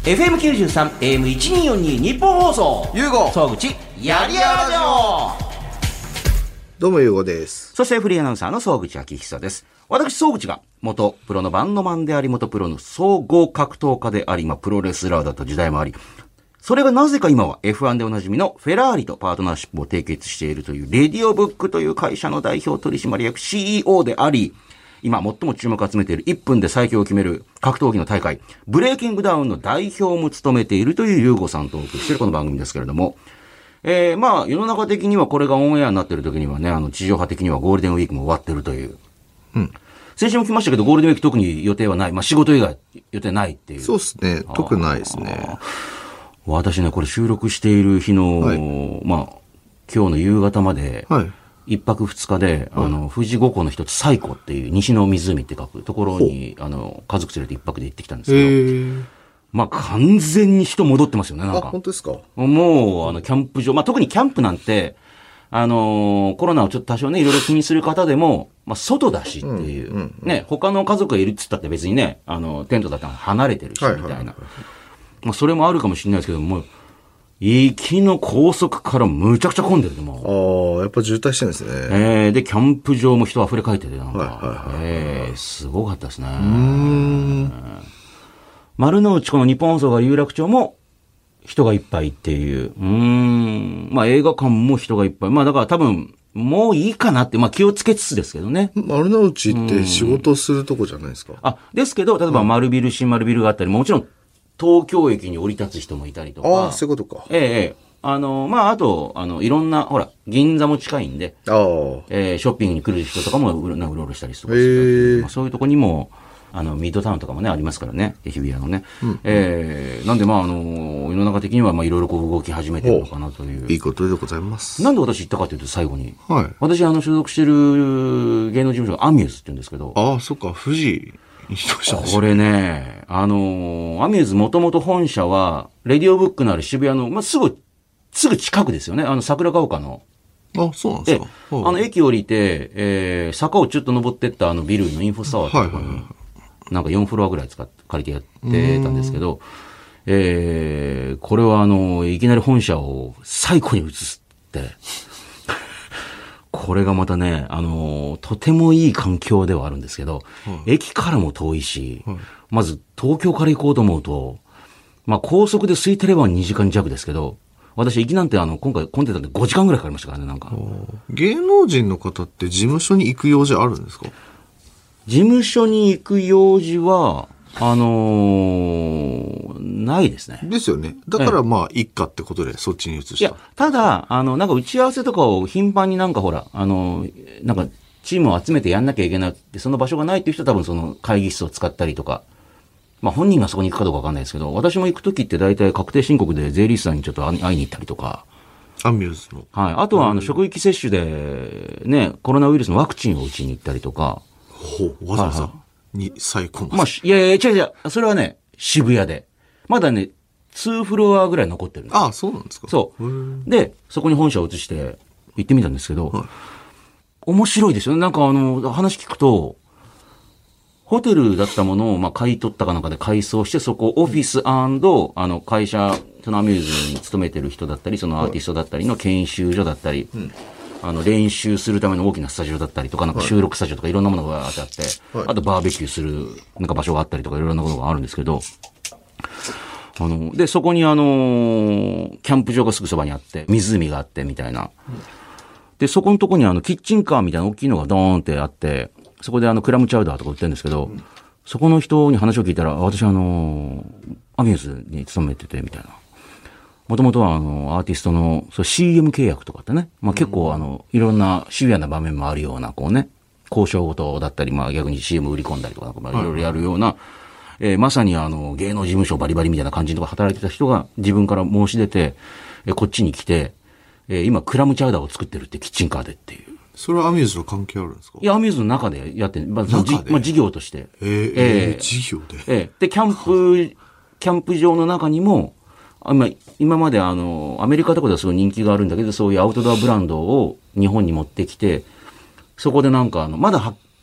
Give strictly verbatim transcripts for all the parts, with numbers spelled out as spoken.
エフエムきゅうじゅうさん エーエムせんにひゃくよんじゅうに 日本放送ゆうご総口やりやラジオ。 どうもゆうごです。 そしてフリーアナウンサーの総口昭久です。私総口が元プロのバンドマンであり、元プロの総合格闘家であり、まあ、プロレスラーだった時代もあり、それがなぜか今は エフワン でおなじみのフェラーリとパートナーシップを締結しているというレディオブックという会社の代表取締役 シーイーオー であり、今最も注目を集めているいっぷんで最強を決める格闘技の大会、ブレイキングダウンの代表も務めているというゆうごさんとお送りしているこの番組ですけれども、えー、まあ世の中的にはこれがオンエアになっている時にはね、あの地上波的にはゴールデンウィークも終わってるという。うん。先週も来ましたけど、ゴールデンウィーク特に予定はない。まあ仕事以外予定ないっていう。 そうですね。特ないですね。 私ね、これ収録している日の、はい、まあ、今日の夕方まで、はい、一泊二日で、はい、あの、富士五湖の一つ、西湖っていう、西の湖って書くところに、あの、家族連れて一泊で行ってきたんですけど、まあ、完全に人戻ってますよね、なんか。 あ、本当ですか？ もう、あの、キャンプ場、まあ、特にキャンプなんて、あのー、コロナをちょっと多少ね、いろいろ気にする方でも、まあ、外だしっていう、うんうんうん、ね、他の家族がいるっつったって別にね、あの、テントだったら離れてるし、みたいな。はいはいはい、まあ、それもあるかもしれないですけども、行きの高速からむちゃくちゃ混んでるでも。 ああ、やっぱ渋滞してるんですね。 えー、で、キャンプ場も人溢れかえてて、なんか、 はいはいはい、 えー、すごかったですね。うーん。 丸の内この日本放送が有楽町も人がいっぱいっていう。うーん。まあ映画館も人がいっぱい。まあだから多分、もういいかなって、まあ気をつけつつですけどね。 丸の内って仕事するとこじゃないですか？ あ、ですけど、例えば丸ビル、新丸ビルがあったり、もちろん、東京駅に降り立つ人もいたりとか。 ああ、そういうことか。 ええ、ええ。あの、まあ、あと、あの、いろんな、ほら、銀座も近いんで、 ああ。 えー、ショッピングに来る人とかもうろうろしたりとかする、まあ、そういうとこにも、あの、ミッドタウンとかもね、ありますからね、日比谷のね。うん、えー、なんで、まあ、あの、世の中的には、まあ、いろいろこう動き始めてるのかなという。 いいことでございます。 なんで私行ったかというと、最後に。 はい。 私、あの、所属してる芸能事務所がアミューズって言うんですけど。 ああ、そっか、富士。 これね、あのー、アミューズもともと本社は、レディオブックのある渋谷の、まあ、すぐ、すぐ近くですよね。あの、桜ヶ丘の。 あ、そうなんですか。 あの、駅降りて、えー、坂をちょっと登ってったあのビルのインフォスタワーとかに、はいはいはい、なんかよんフロアぐらい使って、借りてやってたんですけど、えー、これはあの、いきなり本社を最古に移すって、これがまたね、あのー、とてもいい環境ではあるんですけど、はい、駅からも遠いし、はい、まず東京から行こうと思うと、まあ高速で空いてればにじかん弱ですけど、私行きなんてあの、今回混んでたんでごじかんぐらいかかりましたからね、なんか。 芸能人の方って事務所に行く用事あるんですか？ 事務所に行く用事は、あのー、ないですね。 ですよね。だからまあ、一家ってことでそっちに移した。 いや、ただ、あの、なんか打ち合わせとかを頻繁になんかほら、あの、なんかチームを集めてやんなきゃいけなくて、その場所がないっていう人は多分その会議室を使ったりとか、まあ本人がそこに行くかどうかわかんないですけど、私も行くときって大体確定申告で税理士さんにちょっと会いに行ったりとか。 アミューズの。 はい。あとはあの、職域接種で、ね、コロナウイルスのワクチンを打ちに行ったりとか。 ほう、わざわざ。はいはいに、最高まあ、いやいや、違う違う。それはね、渋谷で。まだね、にフロアぐらい残ってるんです。 ああ、そうなんですか。 そう。で、そこに本社を移して行ってみたんですけど、はい、面白いですよね。なんかあの、話聞くと、ホテルだったものを、まあ、買い取ったかなんかで改装して、そこオフィス&、あの、会社、そのアミューズに勤めてる人だったり、そのアーティストだったりの研修所だったり、うんあの、練習するための大きなスタジオだったりとか、なんか収録スタジオとかいろんなものがあって、はい、あとバーベキューする、なんか場所があったりとかいろんなことがあるんですけど、あの、で、そこにあの、キャンプ場がすぐそばにあって、湖があってみたいな。で、そこのとこにあの、キッチンカーみたいな大きいのがドーンってあって、そこであの、クラムチャウダーとか売ってるんですけど、そこの人に話を聞いたら、私あの、アミューズに勤めててみたいな。もともとはあの、アーティストの、そう シーエム 契約とかってね、まあ結構あの、いろんなシビアな場面もあるような、こうね、交渉事だったり、まあ逆に シーエム 売り込んだりとか、まあいろいろやるような、えー、まさにあの、芸能事務所バリバリみたいな感じのとか働いてた人が自分から申し出て、えー、こっちに来て、えー、今クラムチャウダーを作ってるってキッチンカーでっていう。 それはアミューズと関係あるんですか？ いや、アミューズの中でやってる。まあ、そのじまあ事業として。 えー、えー、事業で。 えー、で、キャンプ、キャンプ場の中にも、今今まであの、アメリカとかではすごい人気があるんだけど、そういうアウトドアブランドを日本に持ってきて、そこでなんかあの、まだは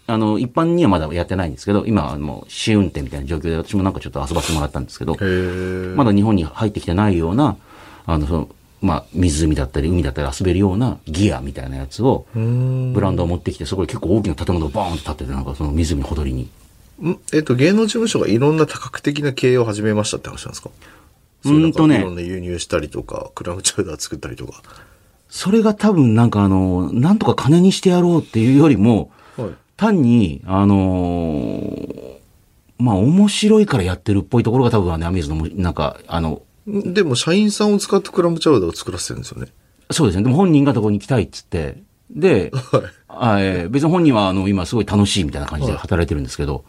あの、一般にはまだやってないんですけど、今、もう試運転みたいな状況で、私もなんかちょっと遊ばせてもらったんですけど、まだ日本に入ってきてないような、あの、その、まあ、湖だったり海だったり遊べるようなギアみたいなやつを、ブランドを持ってきて、そこで結構大きな建物がバーンと立ってて、なんかその湖のほとりに。 んえっと、芸能事務所がいろんな多角的な経営を始めましたって話なんですか？ うんとね。 いろんな輸入したりとか、クラムチャウダー作ったりとか。 それが多分なんかあの、なんとか金にしてやろうっていうよりも、はい、単に、あのー、まあ面白いからやってるっぽいところが多分ね、アミューズの、なんか、あの、 でも社員さんを使ってクラムチャウダーを作らせてるんですよね。 そうですね。でも本人がどこに行きたいっつって、で、はい、えー、別に本人はあの、今すごい楽しいみたいな感じで働いてるんですけど、はい、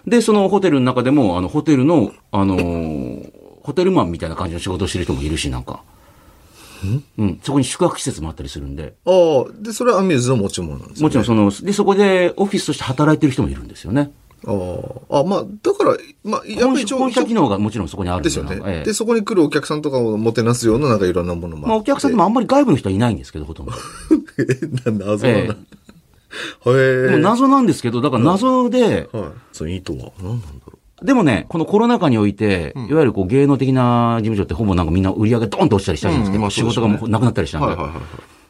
で、そのホテルの中でも、あの、ホテルの、あのー、ホテルマンみたいな感じの仕事をしてる人もいるし、なんか。うん。そこに宿泊施設もあったりするんで。 ああ、で、それはアミューズの持ち物なんですね。 もちろんその、で、そこでオフィスとして働いてる人もいるんですよね。 ああ、あ、まあ、だから、まあ、 やっぱり本社機能がもちろんそこにあるんですよね。ええ、で、そこに来るお客さんとかをもてなすような、なんかいろんなものもあって。 まあ、お客さんでもあんまり外部の人はいないんですけど、ほとんど。 え、謎だな。ええ、へえ。でも謎なんですけど、だから謎で、 はい。その意図は何なんだろう。 でもね、このコロナ禍において、うん、いわゆるこう芸能的な事務所ってほぼなんかみんな売り上げドーンと落ちたりしたじゃないですか。うん、まあ、仕事がもうなくなったりしたんで。はいはいはい、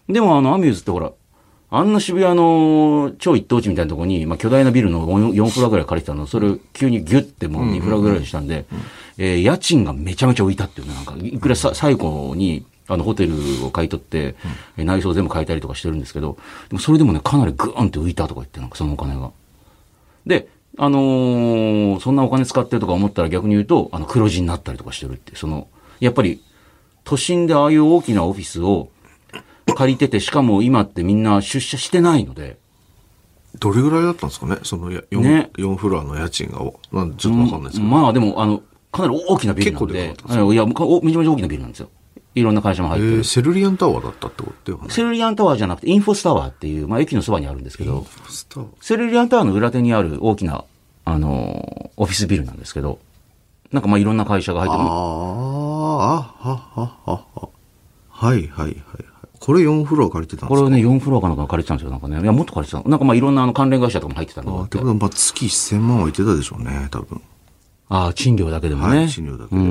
でもあの、アミューズってほら、あんな渋谷の超一等地みたいなところに、まあ、巨大なビルのよんフロアぐらい借りてたの、それを急にギュッてもうにフロアぐらいにしたんで、うんうんうん、えー、家賃がめちゃめちゃ浮いたっていうね、なんか、いくらさ、最後に、あの、ホテルを買い取って、うん、内装全部変えたりとかしてるんですけど、でもそれでもね、かなりグーンって浮いたとか言って、なんかそのお金が。で、あのー、そんなお金使ってるとか思ったら逆に言うと、あの、黒字になったりとかしてるって、その、やっぱり、都心でああいう大きなオフィスを借りてて、しかも今ってみんな出社してないので。 どれぐらいだったんですかねその 4, ね、よんフロアの家賃が。なんちょっとわかんないですけど。 まあでも、あの、かなり大きなビルなんで。結構でかかったんですか？いや、めちゃめちゃ大きなビルなんですよ。いろんな会社も入ってる。 えー、セルリアンタワーだったってことよね。 セルリアンタワーじゃなくて、インフォスタワーっていう、まあ駅のそばにあるんですけど、インフォスタワーセルリアンタワーの裏手にある大きな、あのー、オフィスビルなんですけど、なんかまあいろんな会社が入ってる。ああ、 あ、あ、あ、あ、はいはいはい。これよんフロア借りてたんですか？ これね、よんフロアかなんか借りてたんですよ。なんかね。いや、もっと借りてた。なんかまあいろんなあの関連会社とかも入ってたんで。 ああ、ってことはまあ月せんまんはいってたでしょうね、多分。 ああ、賃料だけでもね。 はい、賃料だけで。 うんうんうん。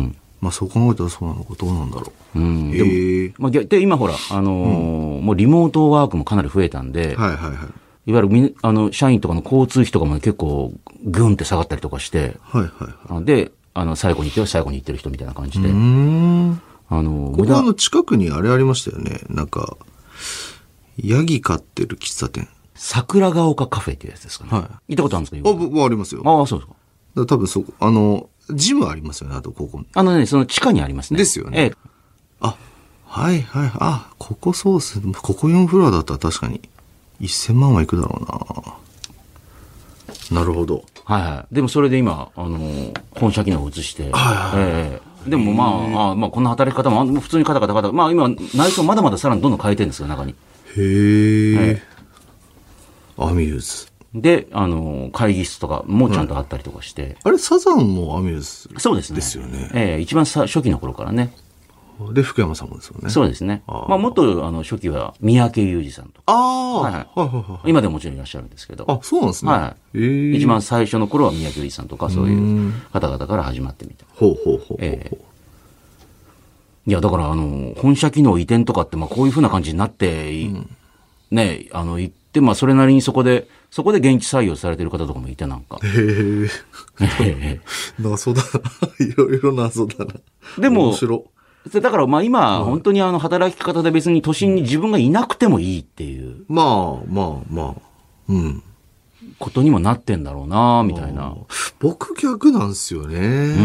まあそう考えたらそうなのか、どうなんだろう。 うん。でも、えー、まあ、で、今ほら、あのーうん、もうリモートワークもかなり増えたんで、 はいはいはい。 いわゆるみ、あの、社員とかの交通費とかも結構、グンって下がったりとかして、 はいはいはい。 で、あの、最後に行ってる、最後に行ってる人みたいな感じで。 うーん。 あの、 ここの近くにあれありましたよね。なんか、ヤギ飼ってる喫茶店。 桜ヶ丘カフェっていうやつですかね。はい。行ったことあるんですか？ あ、僕ありますよ。 ああ、そうですか。 だ多分そこ、あの、ジムありますよね、あとここ。 あのね、その地下にありますね。 ですよね。 ええ。 あ、はいはい。あ、ここそうっすね。ここよんフロアだったら確かにせんまんはいくだろうな。なるほど。 はいはい。でもそれで今、あの、本社機能を移して。 はいはい。 ええ。でもまあ、あまあ、こんな働き方も普通にカタカタカタ。まあ今、内装まだまださらにどんどん変えてるんですよ、中に。 へえ。はい、アミューズ。 で、あの、会議室とかもちゃんとあったりとかして。はい、 あれ、サザンもアミューズそうですね。 ですよね。 ええ、一番さ初期の頃からね。 で、福山さんもですよね。 そうですね。あまあ、もっと、あの、初期は、三宅裕二さんとか。 ああ、 はいはい。はいはいはい、今でももちろんいらっしゃるんですけど。 あ、そうなんですね。 はい。えー、一番最初の頃は三宅裕二さんとか、そういう方々から始まってみた。 ほうほうほうほう。 ええいや、だから、あの、本社機能移転とかって、まあ、こういう風な感じになって、うん、ね、あの、行って、まあ、それなりにそこで、そこで現地採用されてる方とかもいて、なんか。 へえ。謎だな。いろいろ謎だな。 でも、 面白。 だから、まあ、今、本当にあの、働き方で別に都心に自分がいなくてもいいっていう。 まあ、まあ、まあ。うん。 ことにもなってんだろうな、みたいな。 僕逆なんですよね。うん。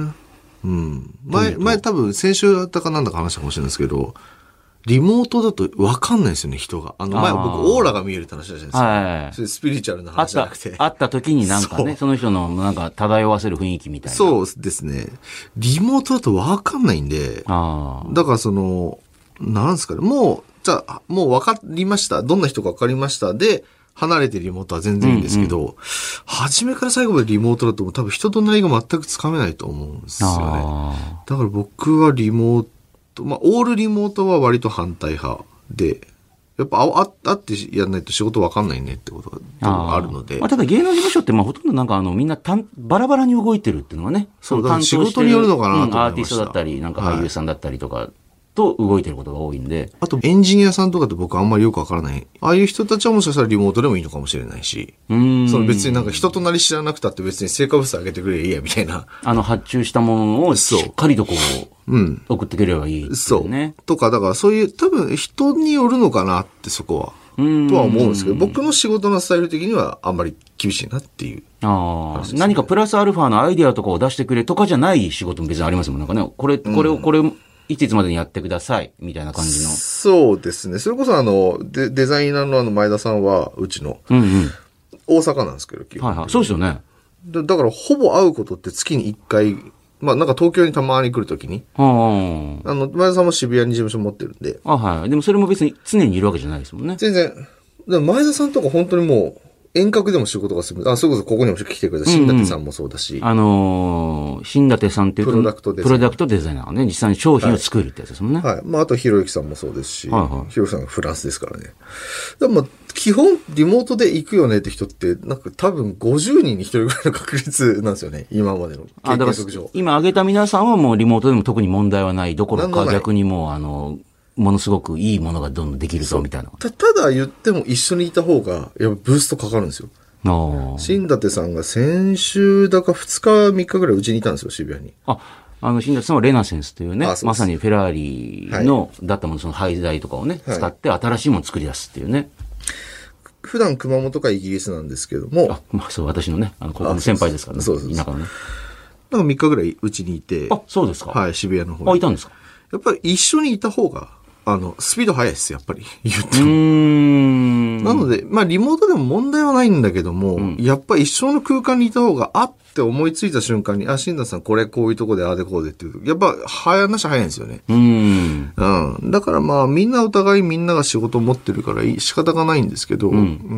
うん。前、前多分先週だったかなんだか話したかもしれないですけど、リモートだと分かんないですよね、人が。あの前僕オーラが見えるって話じゃないですか。はい。それスピリチュアルな話じゃなくて。 会った時になんかね、そ, その人のなんか漂わせる雰囲気みたいな。 そうですね。リモートだと分かんないんで、あだからその、なんですかね、もう、じゃあ、もう分かりました。どんな人か分かりました。で、離れてリモートは全然いいんですけど、うんうん、初めから最後までリモートだと多分人となりが全くつかめないと思うんですよね。だから僕はリモート、まあ、オールリモートは割と反対派で、 やっぱあ、あ、あってやんないと仕事わかんないねってことがあるので。 まあ、ただ芸能事務所ってまあほとんどなんかあのみんなたんバラバラに動いてるっていうのがね。 そう、だから仕事によるのかなと思いました、うん、 アーティストだったり、なんか俳優さんだったりとか、はいと動いてることが多いんで。 あとエンジニアさんとかって僕あんまりよくわからない。ああいう人たちはもしかしたらリモートでもいいのかもしれないし。うん。その別になんか人となり知らなくたって別に成果物上げてくれりゃいいやみたいな。 あの発注したものをしっかりとこう、うん、送ってくれればいいっていうね。 そう。とかだからそういう多分人によるのかなってそこは。うんとは思うんですけど、僕の仕事のスタイル的にはあんまり厳しいなっていう、ね。 ああ。何かプラスアルファのアイディアとかを出してくれとかじゃない仕事も別にありますもん。なんかね、これ、これを、これ、いついつまでにやってください、みたいな感じの。 そうですね。それこそあの、デデザイナーのあの前田さんは、うちの、うんうん、大阪なんですけど、基本はいはい。そうですよね。 だ, だからほぼ会うことって月にいっかい、まあなんか東京にたまに来るときに、あの、前田さんも渋谷に事務所持ってるんで。 あはい。でもそれも別に常にいるわけじゃないですもんね。 全然。でも前田さんとか本当にもう、遠隔でも仕事がする。あ、それこそここにも来てくれた新舘さんもそうだし。 うんうん、あのー、新舘さんっていうと、 プロダクトデザイナー。 プロダクトデザイナーね。実際に商品を作るってやつですもんね。 はい。はい、まあ、あと、ひろゆきさんもそうですし、はいはい、ひろゆきさんがフランスですからね。でも、基本、リモートで行くよねって人って、なんか多分ごじゅうにんにひとりぐらいの確率なんですよね。今までの経験則上。 今挙げた皆さんはもうリモートでも特に問題はないどころか、逆にもう、あの、ものすごくいいものがどんどんできるぞみたいな。 た、ただ言っても一緒にいた方が、やっぱブーストかかるんですよ。新舘さんが先週だかふつかみっかぐらいうちにいたんですよ、渋谷に。 あ、あの、新舘さんはレナセンスというね、まさにフェラーリの、はい、だったもの、その廃材とかをね、はい、使って新しいものを作り出すっていうね。 普段熊本かイギリスなんですけども。 あ、まあそう、私のね、あの、ここの先輩ですからね。そうそうそう。田舎のね。 なんかみっかぐらいうちにいて。 あ、そうですか。 はい、渋谷の方に。 あ、いたんですか。 やっぱり一緒にいた方が、あの、スピード速いです、やっぱり。言っても。うーんなので、まあ、リモートでも問題はないんだけども、うん、やっぱり一緒の空間にいた方が、あって思いついた瞬間に、あ、新田さんこれこういうとこでああでこうでっていう、やっぱ、話早いんですよね。うーん。うん。だからまあ、みんなお互いみんなが仕事を持ってるから仕方がないんですけど、うん、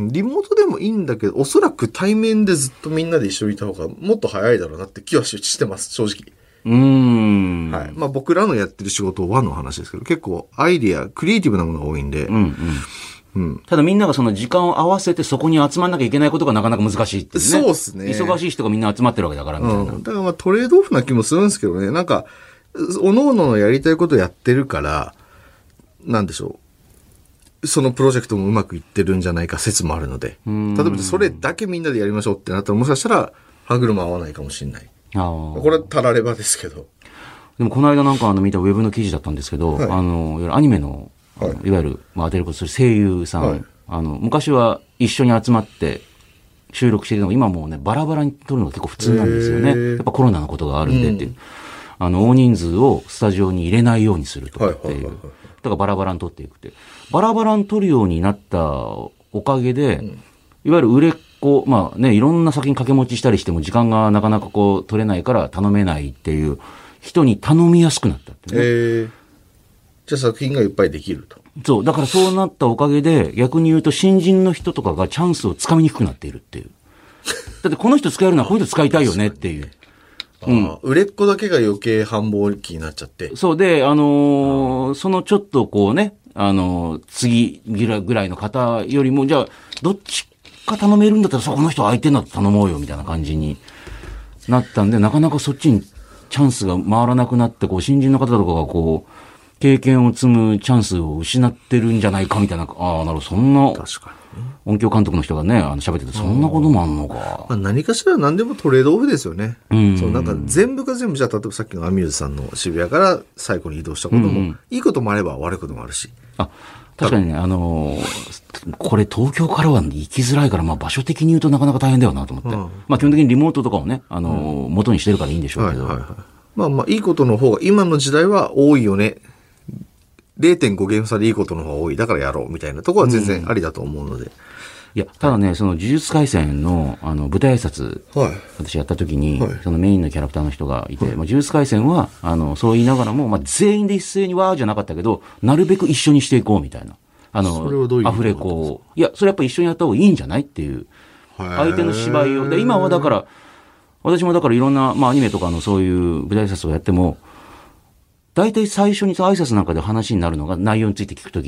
リモートでもいいんだけど、おそらく対面でずっとみんなで一緒にいた方がもっと早いだろうなって気はしてます、正直。うーん。はい。まあ僕らのやってる仕事はの話ですけど、結構アイディア、クリエイティブなものが多いんで。うんうん。 うん、ただみんながその時間を合わせてそこに集まんなきゃいけないことがなかなか難しいっていうね。 そうですね。 忙しい人がみんな集まってるわけだからみたいな。うん、 だからまあトレードオフな気もするんですけどね。なんか、各々のやりたいことやってるから、なんでしょう。そのプロジェクトもうまくいってるんじゃないか説もあるので。例えばそれだけみんなでやりましょうってなったらもしかしたら歯車合わないかもしれない。あこれはたらればですけど。 でもこの間なんかあの見たウェブの記事だったんですけど、はい、あの、いわゆるアニメの、はい、いわゆる、まあ、当てることする声優さん、はい、あの、昔は一緒に集まって収録しているのが今もうね、バラバラに撮るのが結構普通なんですよね。やっぱコロナのことがあるんでっていう。うん、あの、大人数をスタジオに入れないようにするとかっていう。だからバラバラに撮っていくって。バラバラに撮るようになったおかげで、うん、いわゆる売れっ子、まあね、いろんな作品掛け持ちしたりしても時間がなかなかこう取れないから頼めないっていう人に頼みやすくなったってね。へー。 じゃあ作品がいっぱいできると。 そう。だからそうなったおかげで、逆に言うと新人の人とかがチャンスをつかみにくくなっているっていう。だってこの人使えるのはこの人使いたいよねっていう。 うん、売れっ子だけが余計繁忙期になっちゃって。 そうで、あのー、そのちょっとこうね、あのー、次ぐらいの方よりも、じゃあ、どっちか頼めるんだったらそこの人相手になって頼もうよみたいな感じになったんで、なかなかそっちにチャンスが回らなくなって、こう、新人の方とかがこう、経験を積むチャンスを失ってるんじゃないかみたいな、ああ、なるほど、そんな。確かに。音響監督の人がね、あの喋ってて、そんなこともあんのか。 まあ、何かしら何でもトレードオフですよね。うん。そう、なんか全部が全部、じゃあ、例えばさっきのアミューズさんの渋谷から最後に移動したことも、うんうん、いいこともあれば悪いこともあるし。 あ、確かにね、あのー、これ東京からは行きづらいから、まあ場所的に言うとなかなか大変だよなと思って。うん、まあ基本的にリモートとかをね、あのーうん、元にしてるからいいんでしょうけど。はいはいはい。 まあまあいいことの方が、今の時代は多いよね。れいてんご ゲーム差でいいことの方が多い。だからやろうみたいなところは全然ありだと思うので。うん、 いや、ただね、その呪術廻戦の、あの、舞台挨拶、はい、私やった時に、はい、そのメインのキャラクターの人がいて、はい、まあ、呪術廻戦は、あの、そう言いながらも、まあ、全員で一斉にわーじゃなかったけど、なるべく一緒にしていこうみたいな。あの、それはどういうアフレコを。いや、それやっぱ一緒にやった方がいいんじゃないっていう。相手の芝居を。で、今はだから、私もだからいろんな、まあ、アニメとかのそういう舞台挨拶をやっても、大体最初に挨拶なんかで話になるのが内容について聞くときに、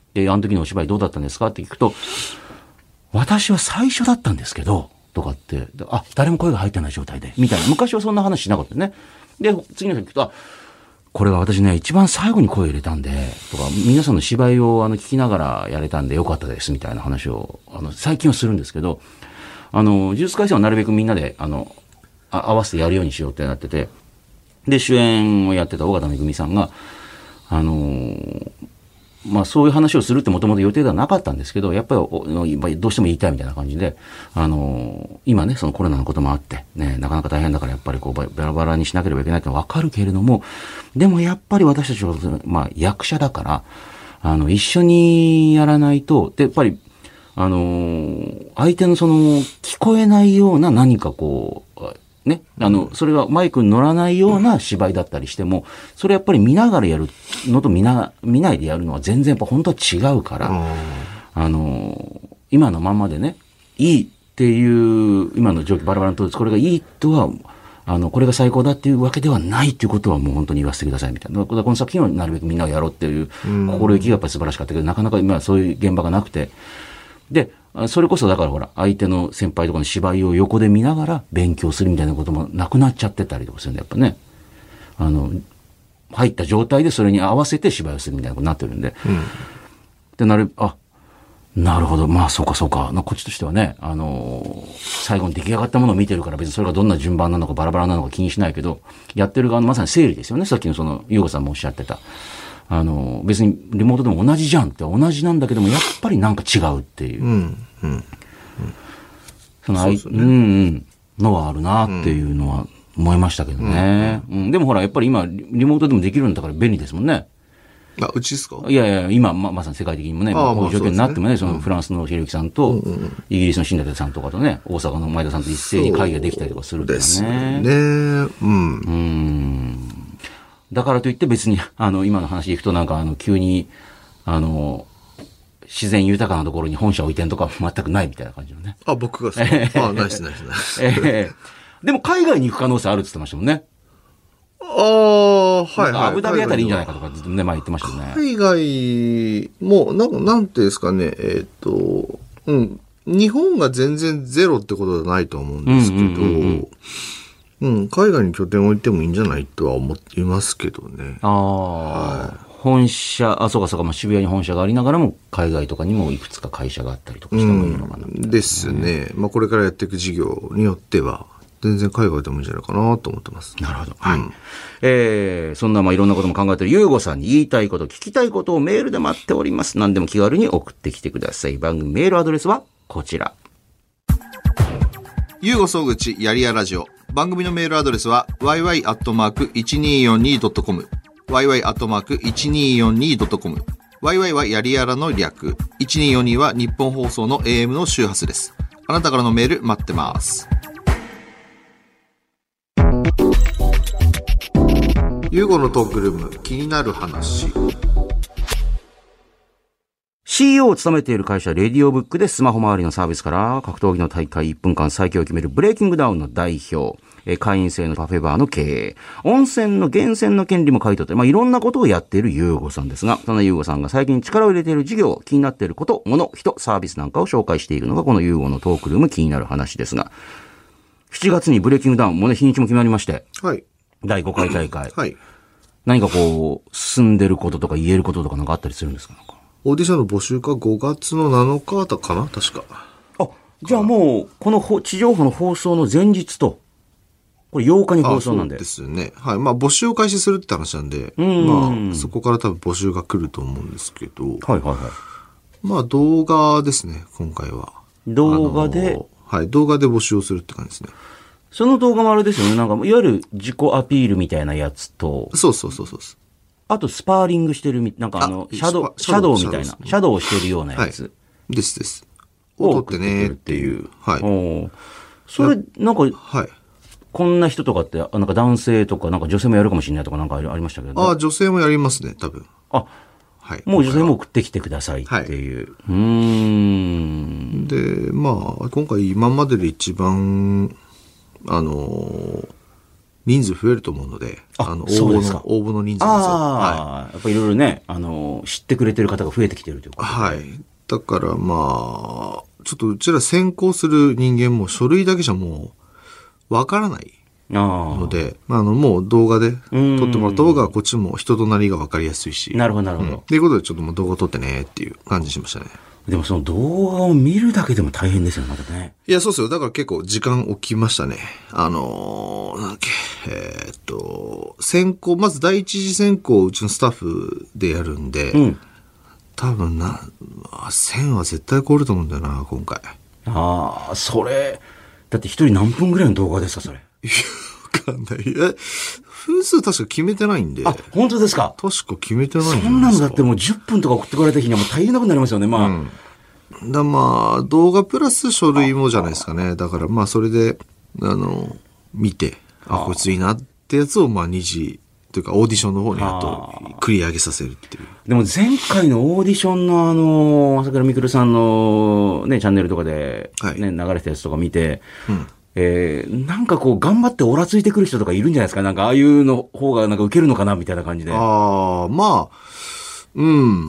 で、あの時のお芝居どうだったんですかって聞くと、私は最初だったんですけど、とかって、あ、誰も声が入ってない状態で、みたいな。昔はそんな話しなかったね。で、次の日聞くと、あ、これは私ね、一番最後に声を入れたんで、とか、皆さんの芝居をあの聞きながらやれたんでよかったです、みたいな話を、あの、最近はするんですけど、あの、呪術廻戦はなるべくみんなで、あの、あ合わせてやるようにしようってなってて、で、主演をやってた尾形めぐみさんが、あのー、まあそういう話をするってもともと予定ではなかったんですけど、やっぱりどうしても言いたいみたいな感じで、あのー、今ね、そのコロナのこともあって、ね、なかなか大変だからやっぱりこうバラバラにしなければいけないってわかるけれども、でもやっぱり私たちは、まあ役者だから、あの、一緒にやらないと、で、やっぱり、あのー、相手のその、聞こえないような何かこう、ね。あの、それがマイクに乗らないような芝居だったりしても、それやっぱり見ながらやるのと見な、見ないでやるのは全然やっぱ本当は違うから、あの、今のままでね、いいっていう、今の状況バラバラの通りです。これがいいとは、あの、これが最高だっていうわけではないっていうことはもう本当に言わせてくださいみたいな。この作品はなるべくみんながやろうっていう心意気がやっぱり素晴らしかったけど、なかなか今そういう現場がなくて、で、それこそだからほら、相手の先輩とかの芝居を横で見ながら勉強するみたいなこともなくなっちゃってたりとかするんで、やっぱね。あの、入った状態でそれに合わせて芝居をするみたいなことになってるんで。うん、で、なる、あ、なるほど。まあ、そうかそうか。こっちとしてはね、あの、最後に出来上がったものを見てるから別にそれがどんな順番なのかバラバラなのか気にしないけど、やってる側のまさに整理ですよね。さっきのその、ゆうごさんもおっしゃってた。あの、別にリモートでも同じじゃんって同じなんだけども、やっぱりなんか違うっていう。うん。うん。その、そうですね、うんうん、のはあるなっていうのは思いましたけどね。うん、うんうん。でもほら、やっぱり今、リモートでもできるんだから便利ですもんね。 あ、うちですか？ いやいや、今、ま、まさに世界的にもね、こういう状況になってもね、そのフランスのひろゆきさんと、うんうん、イギリスの新舘さんとかとね、大阪の前田さんと一斉に会議ができたりとかするっていうね。ですね。 うん。 うん。だからといって別に、あの、今の話でいくとなんか、あの、急に、あの、自然豊かなところに本社を移転とか全くないみたいな感じのね。 あ、僕がそう。あ、ナイスナイスナイス。えー、でも海外に行く可能性あるって言ってましたもんね。 ああ、はいはい。 アブダビあたりいいんじゃないかとかずっとね、前言ってましたよね。 海外も、なん、なんていうんですかね、えっと、うん。日本が全然ゼロってことじゃないと思うんですけど、うんうんうんうんうん、海外に拠点を置いてもいいんじゃないとは思いますけどね。 ああ、はい、本社、あ、そうかそうか、まあ、渋谷に本社がありながらも、海外とかにもいくつか会社があったりとかしてもいいのかな、ね、 うん。ですね。まあ、これからやっていく事業によっては、全然海外でもいいんじゃないかなと思ってます。 なるほど。はい。うん、えー、そんなまあいろんなことも考えているゆうごさんに言いたいこと、聞きたいことをメールで待っております。何でも気軽に送ってきてください。番組メールアドレスはこちら。 ゆうご総口やりやラジオ。番組のメールアドレスは ワイワイアットマークいちにーよんにードットコム ワイワイアットマークいちにーよんにードットコム ワイワイ はやりやらの略。いちにーよんにーは日本放送の エーエム の周波数です。あなたからのメール待ってます。ゆうごのトークルーム気になる話。 シーイーオー を務めている会社レディオブックでスマホ周りのサービスから格闘技の大会いっぷんかん最強を決めるブレイキングダウンの代表、会員制のパフェバーの経営、温泉の源泉の権利も買い取って、まあ、いろんなことをやっているゆうごさんですが、そのゆうごさんが最近力を入れている事業、気になっていること、もの、人、サービスなんかを紹介しているのがこのゆうごのトークルーム気になる話ですが、しちがつにブレイキングダウンもね、日にちも決まりまして、 はい。 だいごかい大会。 はい。 何かこう、進んでることとか言えることとかなんかあったりするんですか？なんかオーディションの募集がごがつのなのかかな確か。 あ、じゃあもう、この地上波の放送の前日と、これようかに放送なんで。 そうですね。はい。まあ募集を開始するって話なんで、まあそこから多分募集が来ると思うんですけど。はいはいはい。 まあ動画ですね、今回は。 動画で、 はい、動画で募集をするって感じですね。 その動画もあれですよね。なんか、いわゆる自己アピールみたいなやつと。 そうそうそうそう。 あと、スパーリングしてるみ、なんかあの、シャドウ、シャドウみたいな、シャドウをしてるようなやつ。 はい、ですです。を撮ってねっていう。はい。 おそれ、なんか、 はい。 こんな人とかって、なんか男性とか、なんか女性もやるかもしれないとかなんかありましたけど、ね。 ああ、女性もやりますね、多分。 あ、はい。もう女性も送ってきてくださいっていう。はい、うーん。 で、まあ、今回今までで一番、あの、 人数増えると思うので、 ああの、応そうですか募の、応募の人数ですよ。 ああ、やっぱりいろいろね、あの、知ってくれてる方が増えてきてるということで。 はい。だからまあ、ちょっとうちら先行する人間も書類だけじゃもう、わからないので、あの、もう動画で撮ってもらった方が、こっちも人となりがわかりやすいし。 なるほど、なるほど。 うん、ということで、ちょっともう動画撮ってねっていう感じしましたね。 でもその動画を見るだけでも大変ですよ、まだね。 いや、そうですよ。だから結構時間置きましたね。あのー、なんだっけ、えー、っと、選考、まず第一次選考をうちのスタッフでやるんで、うん、多分な、せんは絶対超えると思うんだよな、今回。 ああ、それ、だって一人何分ぐらいの動画ですか、それ。 いや、わかんない。え、分数確か決めてないんで。 あ、本当ですか。 確か決めてないんですか。 そんなのだってもうじゅっぷんとか送ってこられた日にはもう大変なことになりますよね、まあ。 うん、だまあ、動画プラス書類もじゃないですかね。だからまあ、それで、あの、見て、あ、こいついいなってやつを、まあ、に次、というかオーディションの方にあと、繰り上げさせるっていう。 でも前回のオーディションのあの、朝倉未来さんのね、チャンネルとかで、ね、流れてたやつとか見て、うんえー、なんかこう頑張ってオラついてくる人とかいるんじゃないですか。なんかああいうの方がなんか受けるのかなみたいな感じで。 ああ、まあ、うん。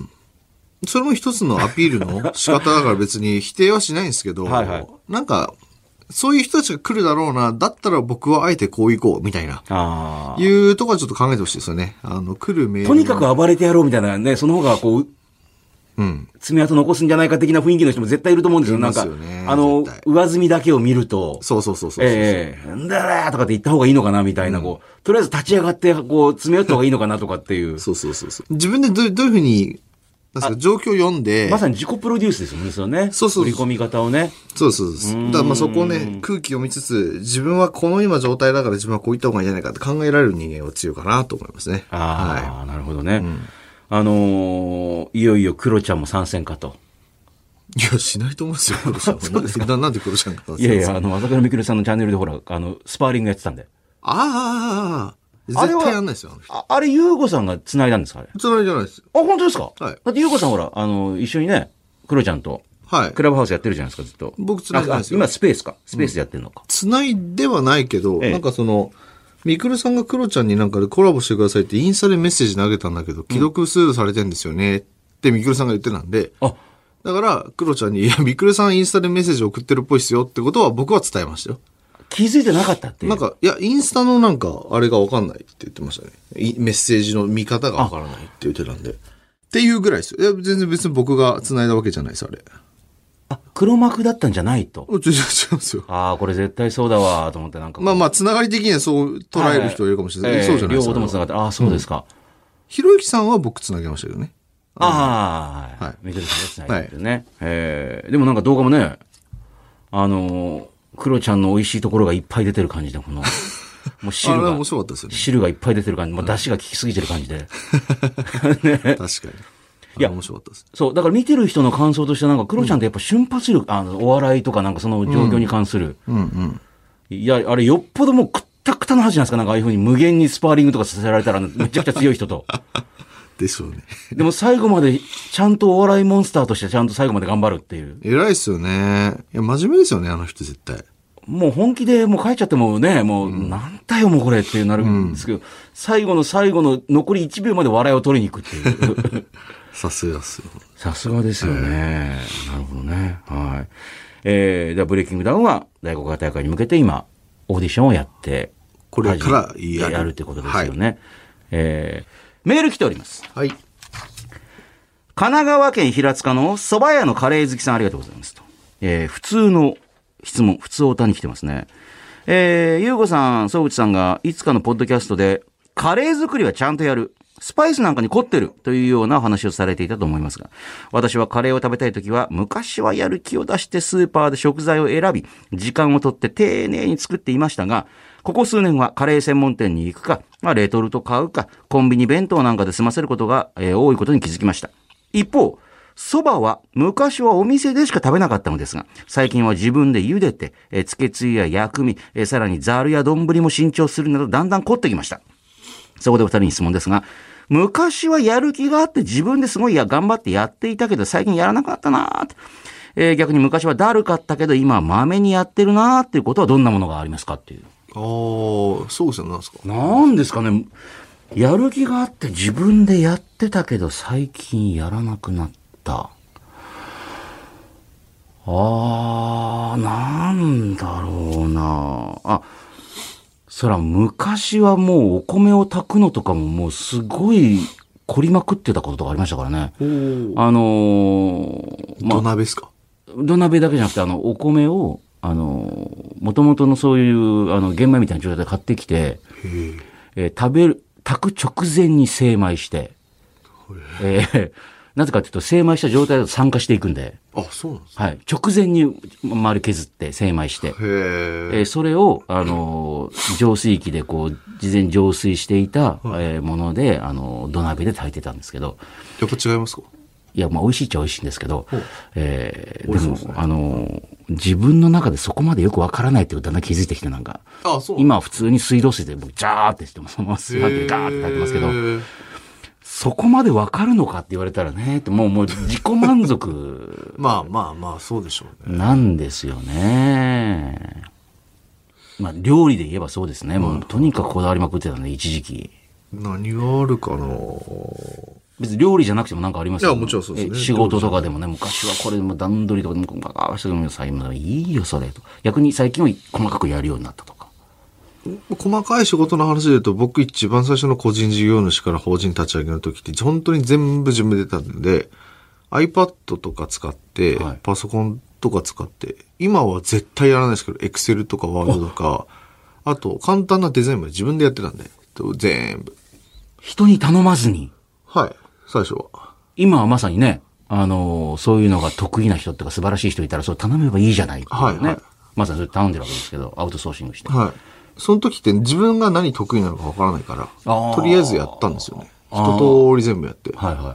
それも一つのアピールの仕方だから別に否定はしないんですけど、はいはい、なんか、そういう人たちが来るだろうな、だったら僕はあえてこう行こう、みたいな。ああ。いうところはちょっと考えてほしいですよね。あの、来るメール。 とにかく暴れてやろうみたいなね、その方がこう、うん。爪痕残すんじゃないか的な雰囲気の人も絶対いると思うんですよ。なんか、あの、上積みだけを見ると。 そうそうそうそう。 ええー、んだらーとかって言った方がいいのかなみたいな、うん、こう、とりあえず立ち上がって、こう、詰め寄った方がいいのかなとかっていう。 そうそうそうそう。自分でどうどういうふうに、なんか状況を読んで。 まさに自己プロデュースですよね、それね。そうそう。振り込み方をね。 そうそうそう。だからまあそこをね、空気を見つつ、自分はこの今状態だから自分はこういった方がいいんじゃないかって考えられる人間は強いかなと思いますね。 ああ、はい、なるほどね。うんあのー、いよいよクロちゃんも参戦かと。 いや、しないと思うんですよ、クロちゃんも。そうですか。ななんでクロちゃんが参戦いやいや、あの、朝倉未来さんのチャンネルでほら、あの、スパーリングやってたんで。 ああ、絶対やんないですよ、あの人。 あ, あれ、ゆうごさんが繋いだんですかあれ。 繋いじゃないです。 あ、本当ですかはい。 だってゆうごさんほら、あの、一緒にね、クロちゃんと、はい。クラブハウスやってるじゃないですか、ずっと。 僕繋いでないですよ。 今スペースか。スペースでやってるのか。 繋、うん、いではないけど、ええ、なんかその、みくるさんがクロちゃんになんかでコラボしてくださいってインスタでメッセージ投げたんだけど、既読スルーされてんですよねってみくるさんが言ってたんで、あだからクロちゃんに、いや、みくるさんインスタでメッセージ送ってるっぽいっすよってことは僕は伝えましたよ。 気づいてなかったっていう。 なんか、いや、インスタのなんか、あれがわかんないって言ってましたね。メッセージの見方がわからないって言ってたんで。っていうぐらいですよ。いや、全然別に僕が繋いだわけじゃないです、あれ。 あ、黒幕だったんじゃないと。 違う違いますよ。 ああ、これ絶対そうだわ、と思ってなんか。 まあまあ、つながり的にはそう捉える人いるかもしれない。はいはい、そうじゃないですか。 両方ともつながって、ああ、そうですか。 ひろゆきさんは僕つなげましたけどね。 ああ、はい。みどりさんでつなげてるね。はい、えー、でもなんか動画もね、あのー、クロちゃんの美味しいところがいっぱい出てる感じで、この、もう汁が、 面白かったですよね。 汁がいっぱい出てる感じ、もう出汁が効きすぎてる感じで。ね、 確かに。いや、面白かったです。 そう、だから見てる人の感想としてなんか、クロちゃんってやっぱ瞬発力、うん、あの、お笑いとかなんかその状況に関する。うん、うん、うん。いや、あれよっぽどもうくったくたの話じゃないですか。なんかああいう風に無限にスパーリングとかさせられたらめちゃくちゃ強い人と。 でしょうね。 でも最後までちゃんとお笑いモンスターとしてちゃんと最後まで頑張るっていう。 偉いっすよね。いや、真面目ですよね、あの人絶対。 もう本気でもう帰っちゃってもね、もう、なんだよもうこれってなるんですけど、うん、最後の最後の残りいちびょうまで笑いを取りに行くっていう。 さすがっすよ。 さすがですよね。なるほどね。はい。えー、ではブレイキングダウンは大学大会に向けて今、オーディションをやって、 これからやる。 やるってことですよね。はい、えー、メール来ております。 はい。 神奈川県平塚の蕎麦屋のカレー好きさんありがとうございますと。えー、普通の質問、普通おたに来てますね。えー、ゆうごさん、総口さんがいつかのポッドキャストで、カレー作りはちゃんとやる。スパイスなんかに凝ってるというような話をされていたと思いますが、私はカレーを食べたいときは、昔はやる気を出してスーパーで食材を選び、時間をとって丁寧に作っていましたが、ここ数年はカレー専門店に行くか、まあ、レトルト買うか、コンビニ弁当なんかで済ませることが、えー、多いことに気づきました。一方、蕎麦は昔はお店でしか食べなかったのですが、最近は自分で茹でて、えー、つけつゆや薬味、えー、さらにザルや丼も新調するなどだんだん凝ってきました。そこでお二人に質問ですが、昔はやる気があって自分ですごいや頑張ってやっていたけど最近やらなかったなーって、えー、逆に昔はだるかったけど今はまめにやってるなーっていうことはどんなものがありますかっていう。 ああ、そうですよ、なんですか。 なんですかね。やる気があって自分でやってたけど最近やらなくなった。あー、なんだろうな。あ、そら昔はもうお米を炊くのとかももうすごい凝りまくってたこととかありましたからね。あのー、 まあ、土鍋ですか？ 土鍋だけじゃなくて、あの、お米を、あの、元々のそういう、あの、玄米みたいな状態で買ってきて、えー、食べる、炊く直前に精米して、えー、なぜかというと、精米した状態だと酸化していくんで、 あ、そうなんですか？ はい。直前に丸削って精米して、 へえー、それを、あの、浄水器でこう、事前浄水していた、はい、えー、もので、あの、土鍋で炊いてたんですけど。 やっぱ違いますか？ いや、まあ、美味しいっちゃ美味しいんですけど、えー、でも、ね、あの、自分の中でそこまでよくわからないっていうだんだん気づいてきて、なんか、 あ、そう今は普通に水道水で僕、ジャーってしても、そのまま炊飯器でガーって炊いてますけど、そこまでわかるのかって言われたらね、ってもう、もう自己満足。 まあまあまあ、そうでしょうね。 なんですよね。まあ、料理で言えばそうですね。もう、とにかくこだわりまくってたんで、一時期。 何があるかな。 別に料理じゃなくてもなんかありますよね。 いや、もちろんそうですね。 仕事とかでもね、昔はこれも段取りとかでも、ガーしても最後いいよ、それと。逆に最近は細かくやるようになったとか。 細かい仕事の話で言うと、僕一番最初の個人事業主から法人立ち上げの時って、本当に全部自分で出たんで、iPad とか使って、はい、パソコンとか使って、今は絶対やらないですけど、Excel とか Word とか、あと簡単なデザインまで自分でやってたんで、全部。 人に頼まずに。 はい。最初は。 今はまさにね、あのー、そういうのが得意な人とか素晴らしい人いたら、それ頼めばいいじゃないっていうね。はい、はい。まさにそれ頼んでるわけですけど、アウトソーシングして。 はい。その時って自分が何得意なのかわからないから、とりあえずやったんですよね。一通り全部やって。 はいはい。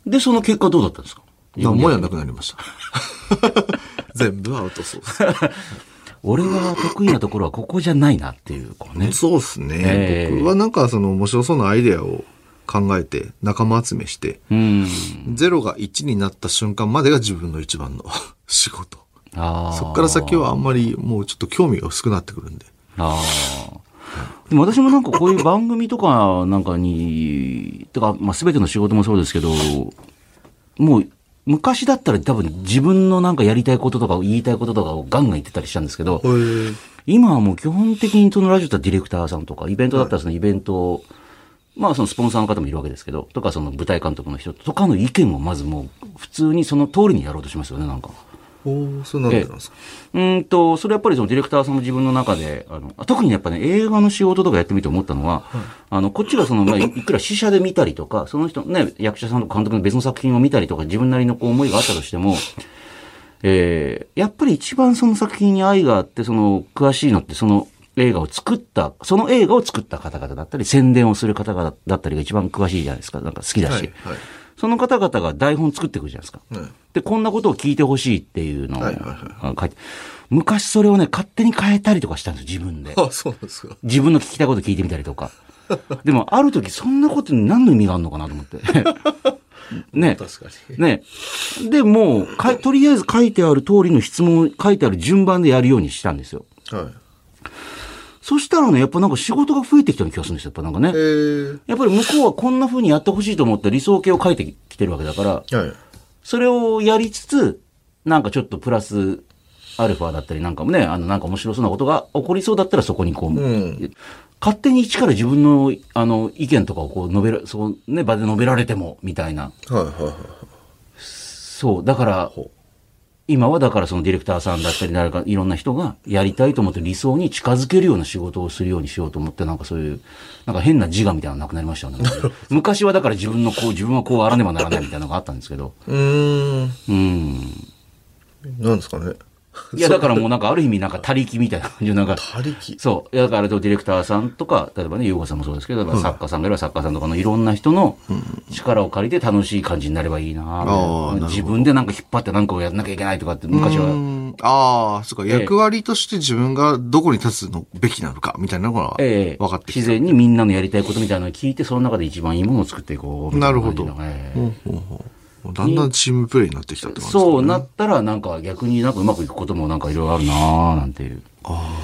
で、その結果どうだったんですか？ 何もやんなくなりました。全部アウトソース。 俺が得意なところはここじゃないなっていう、こうね。 そうですね。えー、僕はなんかその面白そうなアイデアを考えて仲間集めして、うん、ゼロがいちになった瞬間までが自分の一番の仕事。あ、そっから先はあんまりもうちょっと興味が薄くなってくるんで。ああ。でも私もなんかこういう番組とかなんかに、とか、まあ全ての仕事もそうですけど、もう昔だったら多分自分のなんかやりたいこととか言いたいこととかをガンガン言ってたりしたんですけど、今はもう基本的にそのラジオだったらディレクターさんとか、イベントだったらそのイベントを、まあそのスポンサーの方もいるわけですけど、とかその舞台監督の人とかの意見をまずもう普通にその通りにやろうとしますよね、なんか。 お、そうなんですか。 うんと、それやっぱりそのディレクターさんも自分の中で、あの、特にやっぱね、映画の仕事とかやってみて思ったのは、はい、あの、こっちがその、まあ、いくら試写で見たりとか、その人ね、役者さんとか監督の別の作品を見たりとか、自分なりのこう思いがあったとしても、えー、やっぱり一番その作品に愛があって、その、詳しいのってその映画を作った、その映画を作った方々だったり、宣伝をする方々だったりが一番詳しいじゃないですか。なんか好きだし。はいはい、その方々が台本作ってくるじゃないですか。はい、で、こんなことを聞いてほしいっていうのを書いて、はいはいはい、昔それをね、勝手に変えたりとかしたんですよ、自分で。 あ、そうなんですか。 自分の聞きたいこと聞いてみたりとか。でも、ある時そんなことに何の意味があるのかなと思って。ね。 確かに。 ね。で、もう、か、とりあえず書いてある通りの質問を書いてある順番でやるようにしたんですよ。はい。そしたらね、やっぱなんか仕事が増えてきたような気がするんですよ。やっぱなんかね。やっぱり向こうはこんな風にやってほしいと思った理想形を書いてきてるわけだから、はい、それをやりつつ、なんかちょっとプラスアルファだったりなんかもね、あのなんか面白そうなことが起こりそうだったらそこにこう、うん、勝手に一から自分のあの意見とかをこう述べる、そうね、場で述べられても、みたいな。はいはいはい。そう、だから、今はだからそのディレクターさんだったり誰かいろんな人がやりたいと思って理想に近づけるような仕事をするようにしようと思ってなんかそういうなんか変な自我みたいなのなくなりましたよね。昔はだから自分のこう自分はこうあらねばならないみたいなのがあったんですけど。うーん。うん。 なんですかね。 いやだからもうなんかある意味なんか他力みたいな感じなんか。 他力。 そう。だからディレクターさんとか例えばね、ゆうごさんもそうですけど、うん、作家さんがいれば作家さんとかのいろんな人の力を借りて楽しい感じになればいいな、うん、自分でなんか引っ張って何かをやらなきゃいけないとかって昔は。 ああ、そうか、ええ、役割として自分がどこに立つのべきなのかみたいなのが分かってきた、ええ、 自然にみんなのやりたいことみたいなのを聞いてその中で一番いいものを作っていこう。 なるほど。ええ、ほうほうほう。だんだんチームプレイになってきたって感じですかね。 そうなったらなんか逆になんかうまくいくこともなんかいろいろあるなーなんていう。 ああ、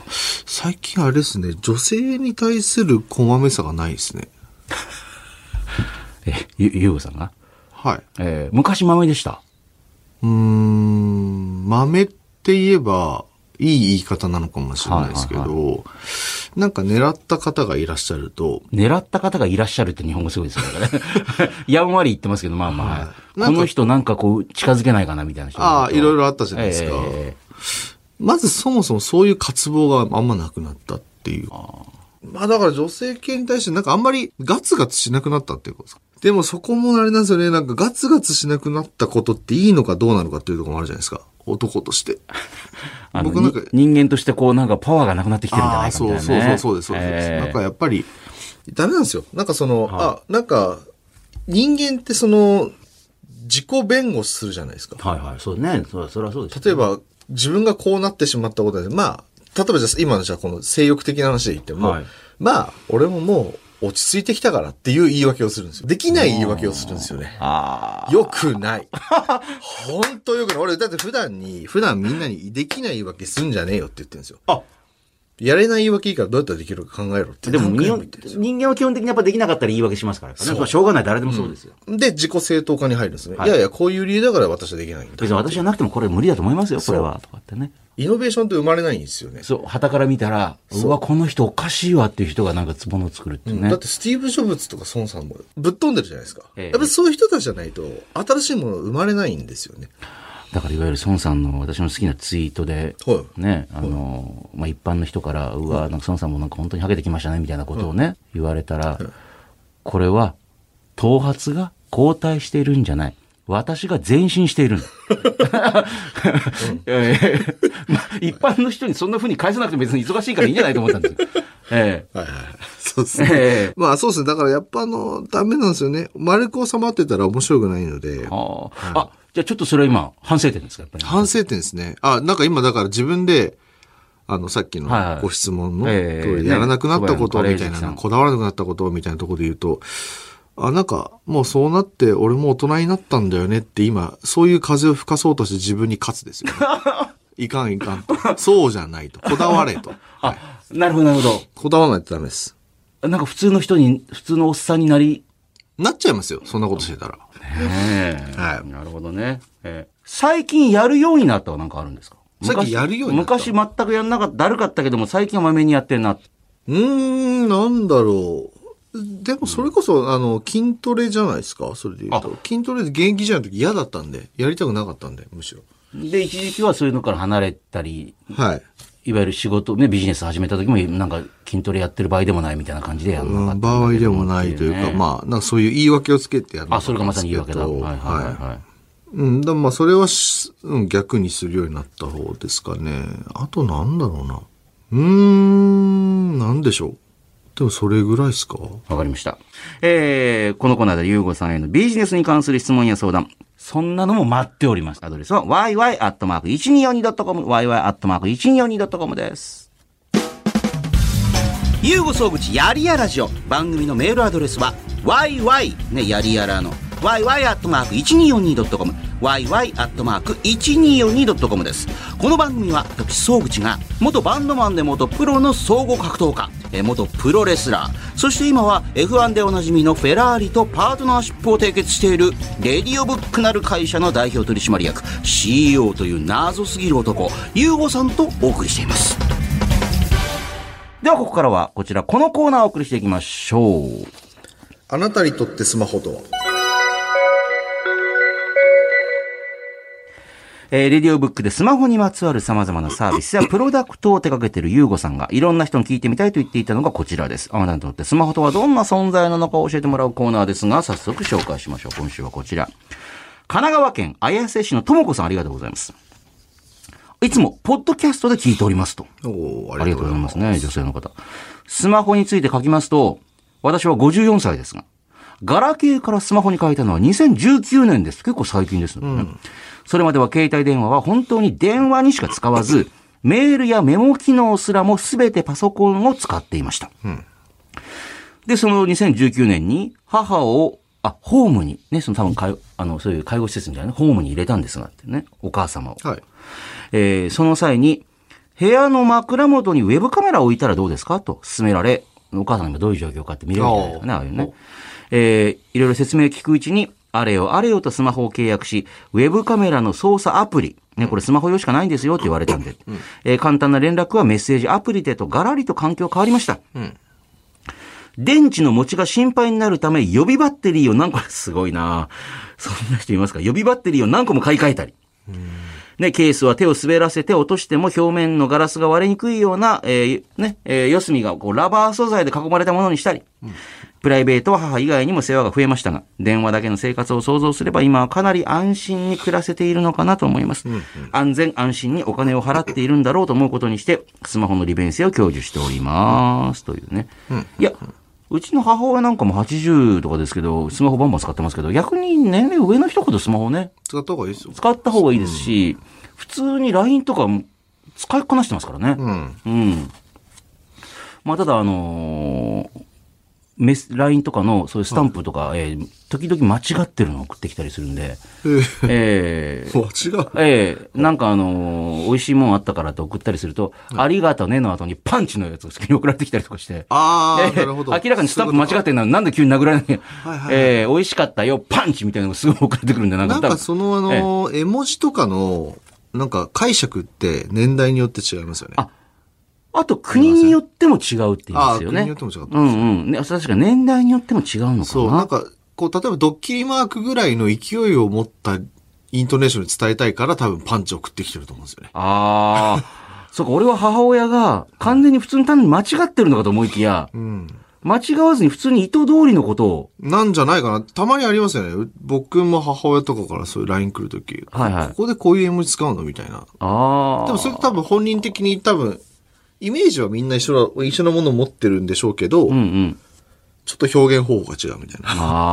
最近あれですね、女性に対するこまめさがないですね。 え、ゆ、ゆうごさんがはい。 えー、昔豆でした。 うーん、豆って言えば、いい言い方なのかもしれないですけど、はいはいはい、なんか狙った方がいらっしゃると。 狙った方がいらっしゃるって日本語すごいですからね。やんわり言ってますけど、まあまあ。はい、この人なんかこう、近づけないかなみたいな人。 ああ、いろいろあったじゃないですか。えー、まずそもそもそういう渇望があんまなくなったっていう。あまあだから女性系に対してなんかあんまりガツガツしなくなったっていうことですか。でもそこもあれなんですよね。なんかガツガツしなくなったことっていいのかどうなのかっていうところもあるじゃないですか。男として。 僕なんか人間としてこうなんかパワーがなくなってきてるんじゃないかみたいな、ね。 そうそうそうです、そうです。えー、なんかやっぱりダメなんですよ。なんかその、はい、あ、なんか人間ってその自己弁護するじゃないですか。 はいはい。そうね。それ、それはそうです、ね。 例えば自分がこうなってしまったことで、まあ、例えばじゃあ今のじゃあこの性欲的な話で言っても、はい、まあ、俺ももう落ち着いてきたからっていう言い訳をするんですよ。できない言い訳をするんですよね。よくない。ほんとよくない。俺だって普段に、普段みんなにできない言い訳すんじゃねえよって言ってるんですよ。あやれない言い訳いいからどうやったらできるか考えろって。 でも人間は基本的にやっぱできなかったら言い訳しますからね。そう。しょうがない。誰でもそうですよ。 うん、で、自己正当化に入るんですね。はい、いやいや、こういう理由だから私はできないんだ。 別に私じゃなくてもこれ無理だと思いますよ、これは。とかってね。 イノベーションって生まれないんですよね。 そう。旗から見たら、うわ、この人おかしいわっていう人がなんかものを作るっていうね、うん。 だってスティーブ・ジョブズとか孫さんもぶっ飛んでるじゃないですか。ええ、やっぱりそういう人たちじゃないと、新しいもの生まれないんですよね。 だからいわゆる孫さんの私の好きなツイートで、はい、ね、あの、はい、まあ、一般の人から、うわ、なんか孫さんもなんか本当にハゲてきましたね、みたいなことをね、はい、言われたら、はい、これは、頭髪が後退しているんじゃない。私が前進しているんだ。まあ、一般の人にそんな風に返さなくても別に忙しいからいいんじゃないと思ったんですよ。ええ、 はいはい。そうですね。ええ、まあそうですね。だからやっぱあの、ダメなんですよね。丸く収まってたら面白くないので。 あ、はい、あ、じゃあちょっとそれは今、反省点ですかやっぱり。 反省点ですね。あ、なんか今だから自分で、あの、さっきのご質問の、はいはい、えー、やらなくなったことみたいな、ね、こだわらなくなったことみたいなところで言うと、あ、なんか、もうそうなって、俺も大人になったんだよねって今、そういう風を吹かそうとして自分に勝つですよ、ね。いかんいかんと。そうじゃないと。こだわれと。 はい、あ、なるほどなるほど。 こだわらないとダメです。 なんか普通の人に、普通のおっさんになり、 なっちゃいますよ。そんなことしてたら。ねえ。はい。なるほどね。えー、最近やるようになったはなんかあるんですか？ 最近やるようになった。 昔全くやんなかった、だるかったけども、最近はまめにやってんな。 うーん、なんだろう。でもそれこそ、うん、あの、筋トレじゃないですかそれで言うと。筋トレで現役じゃない時嫌だったんで、やりたくなかったんで、むしろ。 で、一時期はそういうのから離れたり、 はい。 いわゆる仕事、ね、ビジネス始めた時も、なんか筋トレやってる場合でもないみたいな感じでやるのか、 うん、場合でもないというか、まあ、なんかそういう言い訳をつけてやるのかあ、それがまさに言い訳だ。はいはいはい、はい。 うん、だまあ、それは、うん、逆にするようになった方ですかね。あとなんだろうな。うーん、なんでしょう。でもそれぐらいですか？ わかりました。えー、このコーナーでゆうごさんへのビジネスに関する質問や相談、そんなのも待っております。アドレスは ワイワイアットマークいちにーよんにードットコム ワイワイアットマークいちにーよんにードットコム です。ゆうご総口やりやラジオ、番組のメールアドレスは ワイワイ ね、やりやらの ワイワイアットマークいちにーよんにードットコム ワイワイアットマークいちにーよんにードットコム です。この番組は私総口が元バンドマンで元プロの総合格闘家、え元プロレスラー、そして今は エフワン でおなじみのフェラーリとパートナーシップを締結しているレディオブックなる会社の代表取締役 シーイーオー という謎すぎる男ゆうごさんとお送りしています。ではここからはこちらこのコーナーをお送りしていきましょう。 あなたにとってスマホとは？ えー、レディオブックでスマホにまつわる様々なサービスやプロダクトを手掛けているゆうごさんがいろんな人に聞いてみたいと言っていたのがこちらです。あなたにとってスマホとはどんな存在なのかを教えてもらうコーナーですが、早速紹介しましょう。今週はこちら。神奈川県綾瀬市のともこさん、ありがとうございます。いつもポッドキャストで聞いておりますと。 おありがとうございますね、女性の方。スマホについて書きますと、私はごじゅうよんさいですが、ガラケーからスマホに変えたのはにせんじゅうきゅうねんです。結構最近ですよね。うん、それまでは携帯電話は本当に電話にしか使わず、メールやメモ機能すらも全てパソコンを使っていました。うん、で、そのにせんじゅうきゅうねんに母を、あ、ホームに、ね、その多分介、あの、そういう介護施設みたいなホームに入れたんですがってね、お母様を。はい、えー、その際に、 部屋の枕元にウェブカメラを置いたらどうですかと勧められ、お母さんがどういう状況かって見れるんじゃないですかね、ああいうね。えー、いろいろ説明を聞くうちに、あれよあれよとスマホを契約し、ウェブカメラの操作アプリ、ね、これスマホ用しかないんですよって言われたんで、うん、えー、簡単な連絡はメッセージアプリでとガラリと環境変わりました。うん、電池の持ちが心配になるため、予備バッテリーを何個、すごいなそんな人いますか？予備バッテリーを何個も買い替えたり。うん、ね、ケースは手を滑らせて落としても表面のガラスが割れにくいような、えー、ね、えー、四隅がこうラバー素材で囲まれたものにしたり。うん、プライベートは母以外にも世話が増えましたが、電話だけの生活を想像すれば今はかなり安心に暮らせているのかなと思います。うんうん、安全安心にお金を払っているんだろうと思うことにして、スマホの利便性を享受しております。というね。うん、いや、うちの母親なんかもはちじゅうとかですけど、スマホバンバン使ってますけど、逆に年齢上の人ほどスマホね。 使った方がいいですよ。 使った方がいいですし、うん、普通に ライン とか使いこなしてますからね。うん。うん。まあ、ただあのー、メス、ライン とかのそういうスタンプとか、はい、えー、時々間違ってるのを送ってきたりするんで。 えー、間違うえー、なんかあのー、美味しいもんあったからって送ったりすると、はい、ありがとねの後にパンチのやつが先に送られてきたりとかして。 ああ、 えー、 なるほど。 明らかにスタンプ間違ってんのなんで急に殴られない、はいはい、えー、美味しかったよ、パンチみたいなのがすごい送られてくるんで、 なんか。なんかそのあのー、えー、絵文字とかの、なんか解釈って年代によって違いますよね。 あ、あと国によっても違うって言いますよね。 ああ、国によっても違う。 うんうん。ね、確か年代によっても違うのかな。 そう、なんか、こう、例えばドッキリマークぐらいの勢いを持ったイントネーションで伝えたいから多分パンチを送ってきてると思うんですよね。 ああ。そうか、俺は母親が完全に普通に単に間違ってるのかと思いきや、うん、間違わずに普通に意図通りのことを。 なんじゃないかな。たまにありますよね。僕も母親とかからそういう ライン 来るとき、はいはい、ここでこういう絵文字使うのみたいな。ああ。でもそれ多分本人的に多分、イメージはみんな一緒な、一緒なものを持ってるんでしょうけど、うんうん、ちょっと表現方法が違うみたいな。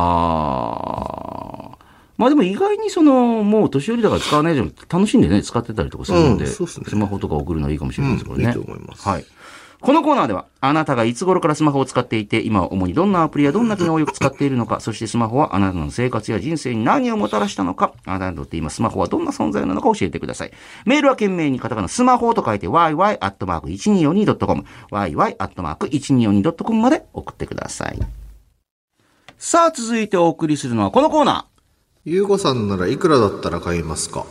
ああ。まあでも意外にその、もう年寄りだから使わないじゃん。楽しんでね、使ってたりとかするので、うん、そうですね、スマホとか送るのはいいかもしれないですけどね、うん。いいと思います。はい。このコーナーでは、あなたがいつ頃からスマホを使っていて、今は主にどんなアプリやどんな機能をよく使っているのか、そしてスマホはあなたの生活や人生に何をもたらしたのか、あなたにとって今スマホはどんな存在なのか教えてください。メールは懸命にカタカナスマホと書いて ワイワイアットマークいちにーよんにードットコム ワイワイアットマークいちにーよんにードットコム まで送ってください。さあ、続いてお送りするのはこのコーナー。 ゆうごさんならいくらだったら買いますか？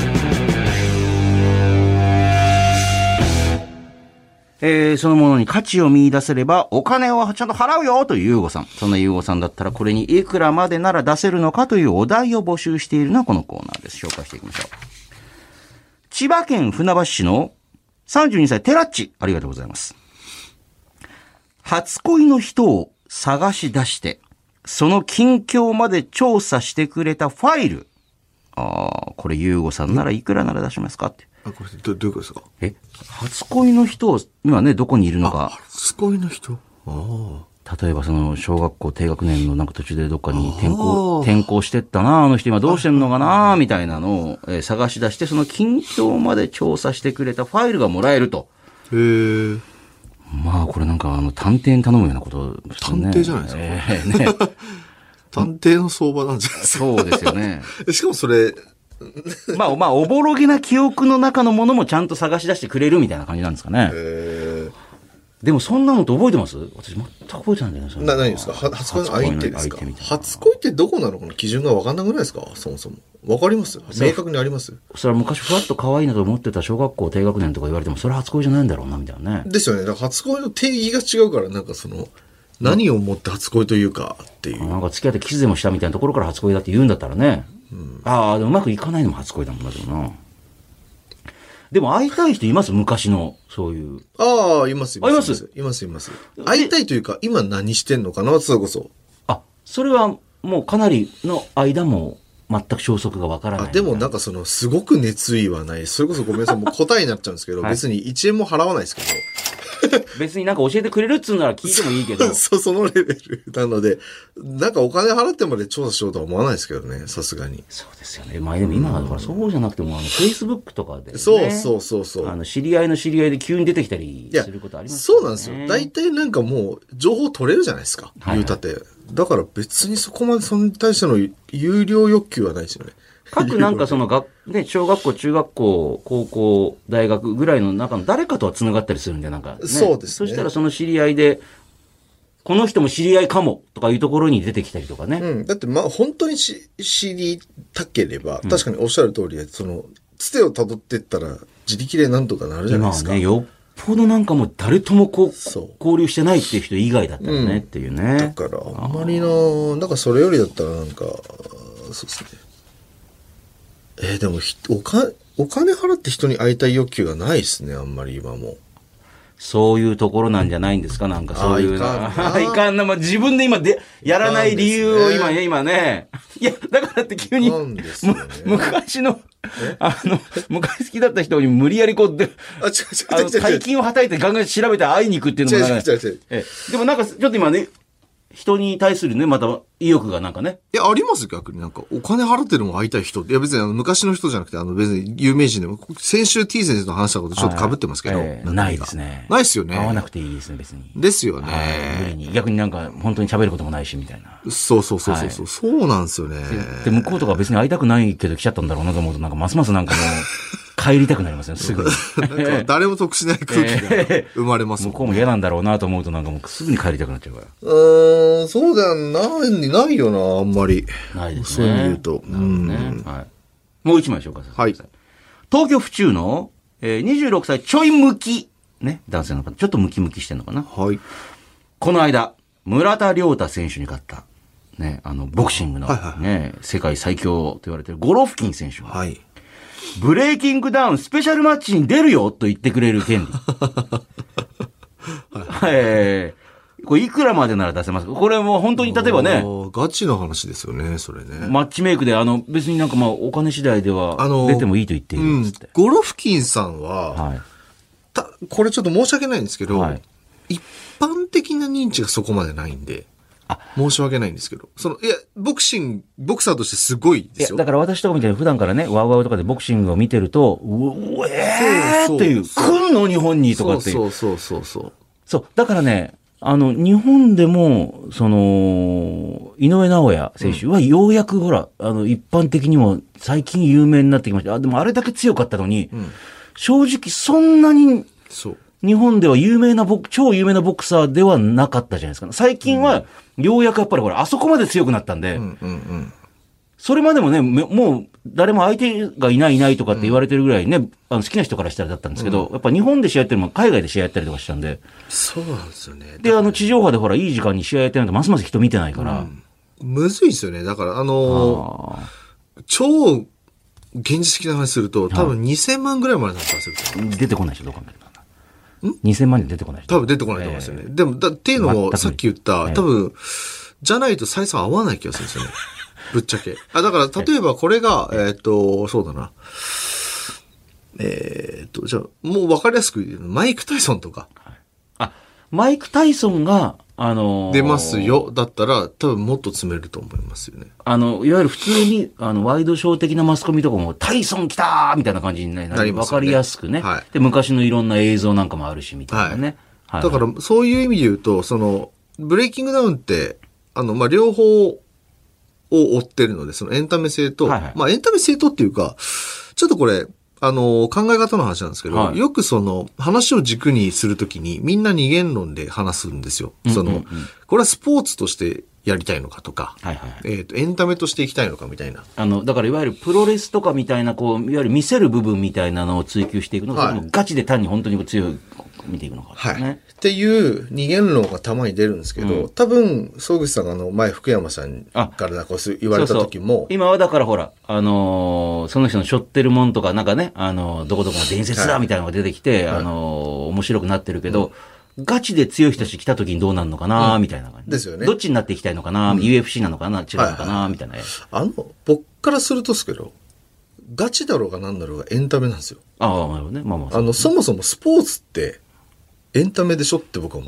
えー、そのものに価値を見出せればお金をちゃんと払うよというゆうごさん。そんなゆうごさんだったらこれにいくらまでなら出せるのかというお題を募集しているのはこのコーナーです。紹介していきましょう。千葉県船橋市のさんじゅうにさいテラッチ。ありがとうございます。初恋の人を探し出して、その近況まで調査してくれたファイル。ああ、これゆうごさんならいくらなら出しますかって。 あ、これど、どういうことですか？ え、初恋の人を今ね、どこにいるのか。 初恋の人？ああ。例えばその小学校低学年のなんか途中でどっかに転校、転校してったな、あの人今どうしてんのかな、みたいなのを、えー、探し出して、その近況まで調査してくれたファイルがもらえると。 へー。 まあこれなんかあの探偵に頼むようなことですね。 探偵じゃないですか。えー、ね。探偵の相場なんじゃないですか。 そうですよね。 しかもそれ、 まあまあ、おぼろげな記憶の中のものもちゃんと探し出してくれるみたいな感じなんですかね。へー。でもそんなのって覚えてます？私全く覚えてないんだよね。 な、何ですか？初恋の相手ですか？初恋ってどこなのかの基準が分かんなくないですか？そもそも。分かります？明確にあります？ それは昔ふわっと可愛いなと思ってた小学校低学年とか言われても、それは初恋じゃないんだろうな、みたいなね。 ですよね。だから初恋の定義が違うから、なんかその、何をもって初恋というかっていう。 なんか付き合ってキスでもしたみたいなところから初恋だって言うんだったらね。うん、ああ、でもうまくいかないのも初恋だもんだけどな。でも会いたい人います？昔の、そういう。 ああ、いますいます。 います？ いますいます。会いたいというか、今何してんのかな、それこそ。 あ、それはもうかなりの間も全く消息がわからない。 あ、でもなんかその、すごく熱意はない。それこそごめんなさい、もう答えになっちゃうんですけど、はい、別にいちえんも払わないですけど。 別になんか教えてくれるっつうなら聞いてもいいけど。 そう、そのレベルなので、なんかお金払ってまで調査しようとは思わないですけどね、さすがに。 そうですよね。まあでも今はだからそうじゃなくても、あの、Facebook とかで、ね。 そうそうそうそう。 あの、知り合いの知り合いで急に出てきたりすることありますよね。そうなんですよ。大体なんかもう、情報取れるじゃないですか。はいはい、言うたって。だから別にそこまでそれに対しての有料欲求はないですよね。 各なんかその学、ね、小学校、中学校、高校、大学ぐらいの中の誰かとは繋がったりするんで、なんか、ね。 そうですね。 そしたらその知り合いで、この人も知り合いかもとかいうところに出てきたりとかね。 うん。だってまあ本当にし知りたければ、確かにおっしゃる通りで、その、つてを辿ってったら自力でなんとかなるじゃないですか。 今はね、よっぽどなんかもう誰ともこう、交流してないっていう人以外だったらね、うん、っていうね。 だから、あんまりの、なんかそれよりだったらなんか、そうですね。えー、でもおか、お金払って人に会いたい欲求がないですね、あんまり今も。 そういうところなんじゃないんですか、なんかそういう。あ、いかんな。いかんな。まあ、自分で今で、やらない理由を今ね、今ね。いや、だからって急に、ね、昔の、あの、昔好きだった人に無理やりこうで、あ、違う違う違う違う。大金をはたいてガンガン調べて会いに行くっていうのもなんか、違う違う違う。え、でもなんか、ちょっと今ね、人に対するね、また意欲がなんかね。 いや、あります逆になんか、お金払ってるのも会いたい人って。いや、別にあの、昔の人じゃなくて、あの、別に有名人でも、先週 T 先生と話したことちょっと被ってますけど。 えー、ないですね。 ないですよね。 会わなくていいですね、別に。 ですよね。 無理に。逆になんか、本当に喋ることもないし、みたいな。 そうそうそうそう。はい、そうなんですよね。 で、向こうとか別に会いたくないけど来ちゃったんだろうなと思うと、なんかますますなんかもう、帰りたくなりますね、すぐに。 なんか誰も得しない空気が生まれますもん、ね。 向こうも嫌なんだろうなと思うとなんかもうすぐに帰りたくなっちゃうから。 うーん、そうだよない、ないよな、あんまり。 ないですね。 そういう言うと。 なるほどね。はい。もう一枚紹介させてください。はい。東京府中の、えー、にじゅうろくさいちょいムキ。ね、男性の方。ちょっとムキムキしてんのかな。はい。この間、村田亮太選手に勝った。ね、あの、ボクシングの、ね、はいはい、世界最強と言われてるゴロフキン選手。はい。ブレイキングダウンスペシャルマッチに出るよと言ってくれる権利。はい。これいくらまでなら出せますか？これもう本当に例えばね。 ガチの話ですよね、それね。 マッチメイクで、あの、別になんかまあお金次第では出てもいいと言っているんですって。 うん、ゴロフキンさんは、はい、た、これちょっと申し訳ないんですけど、はい、一般的な認知がそこまでないんで。あ、申し訳ないんですけど。その、いや、ボクシング、ボクサーとしてすごいですよ。 いや、だから私とかみたいに普段からね、ワウワウとかでボクシングを見てると、う、うえーっていう、来んの日本にとかっていう。 そうそうそうそう。 そう。だからね、あの、日本でも、その、井上尚弥選手はようやくほら、うん、あの、一般的にも最近有名になってきました。あ、でもあれだけ強かったのに、うん、正直そんなに、そう。日本では有名なボク、超有名なボクサーではなかったじゃないですか。最近は、ようやくやっぱりほら、あそこまで強くなったんで、うんうんうん、それまでもね、もう、誰も相手がいないいないとかって言われてるぐらいね、うん、あの好きな人からしたらだったんですけど、うん、やっぱ日本で試合やってるのも海外で試合やったりとかしたんで。 そうなんですよね。 で、あの、地上波でほら、いい時間に試合やってないとますます人見てないから。うん、 むずいですよね。だから、あのー、超、現実的な話すると、多分にせんまんぐらいまでなったんですよ。 出てこないでしょ、どう考えても。にせんまんに出てこない。 多分出てこないと思いますよね。えー、でも、だっていうのも、さっき言った、多分、じゃないと採算合わない気がするんですよね。ぶっちゃけ。あ、だから、例えばこれが、えっと、そうだな。えっと、じゃあ、もう分かりやすく言うマイク・タイソンとか。 あ、マイク・タイソンが、あのー、 出ますよ。だったら、多分もっと詰めると思いますよね。 あの、いわゆる普通に、あの、ワイドショー的なマスコミとかも、タイソン来たーみたいな感じになりますよね。わかりやすくね。はい。で、昔のいろんな映像なんかもあるし、みたいなね。 はい。はい、だから、そういう意味で言うと、その、ブレイキングダウンって、あの、まあ、両方を追ってるので、そのエンタメ性と、はいはい、まあ、エンタメ性とっていうか、ちょっとこれ、あの、考え方の話なんですけど、はい、よくその、話を軸にするときに、みんな二元論で話すんですよ。うんうんうん、その、これはスポーツとしてやりたいのかとか、はいはいはい、えっと、エンタメとしていきたいのかみたいな。 あの、だからいわゆるプロレスとかみたいな、こう、いわゆる見せる部分みたいなのを追求していくのか、はい、ガチで単に本当に強い、見ていくのか、ね。 はい。っていう二元論がたまに出るんですけど、うん、多分、総口さんがあの、前福山さんからなんか言われた時も。そうそう今はだからほら、あのー、その人の背負ってるもんとか、なんかね、あのー、どこどこの伝説だみたいなのが出てきて、はい、あのー、面白くなってるけど、うん、ガチで強い人たち来た時にどうなるのかな、うん、みたいな感じ。 ですよね。 どっちになっていきたいのかな、うん、ユーエフシー なのかな、違うのかな、はいはい、みたいな。 あの、僕からするとですけど、ガチだろうが何だろうがエンタメなんですよ。 ああ、なるほどね。まあまあ。 あの、そもそもスポーツって、エンタメでしょって僕は思うんですよね。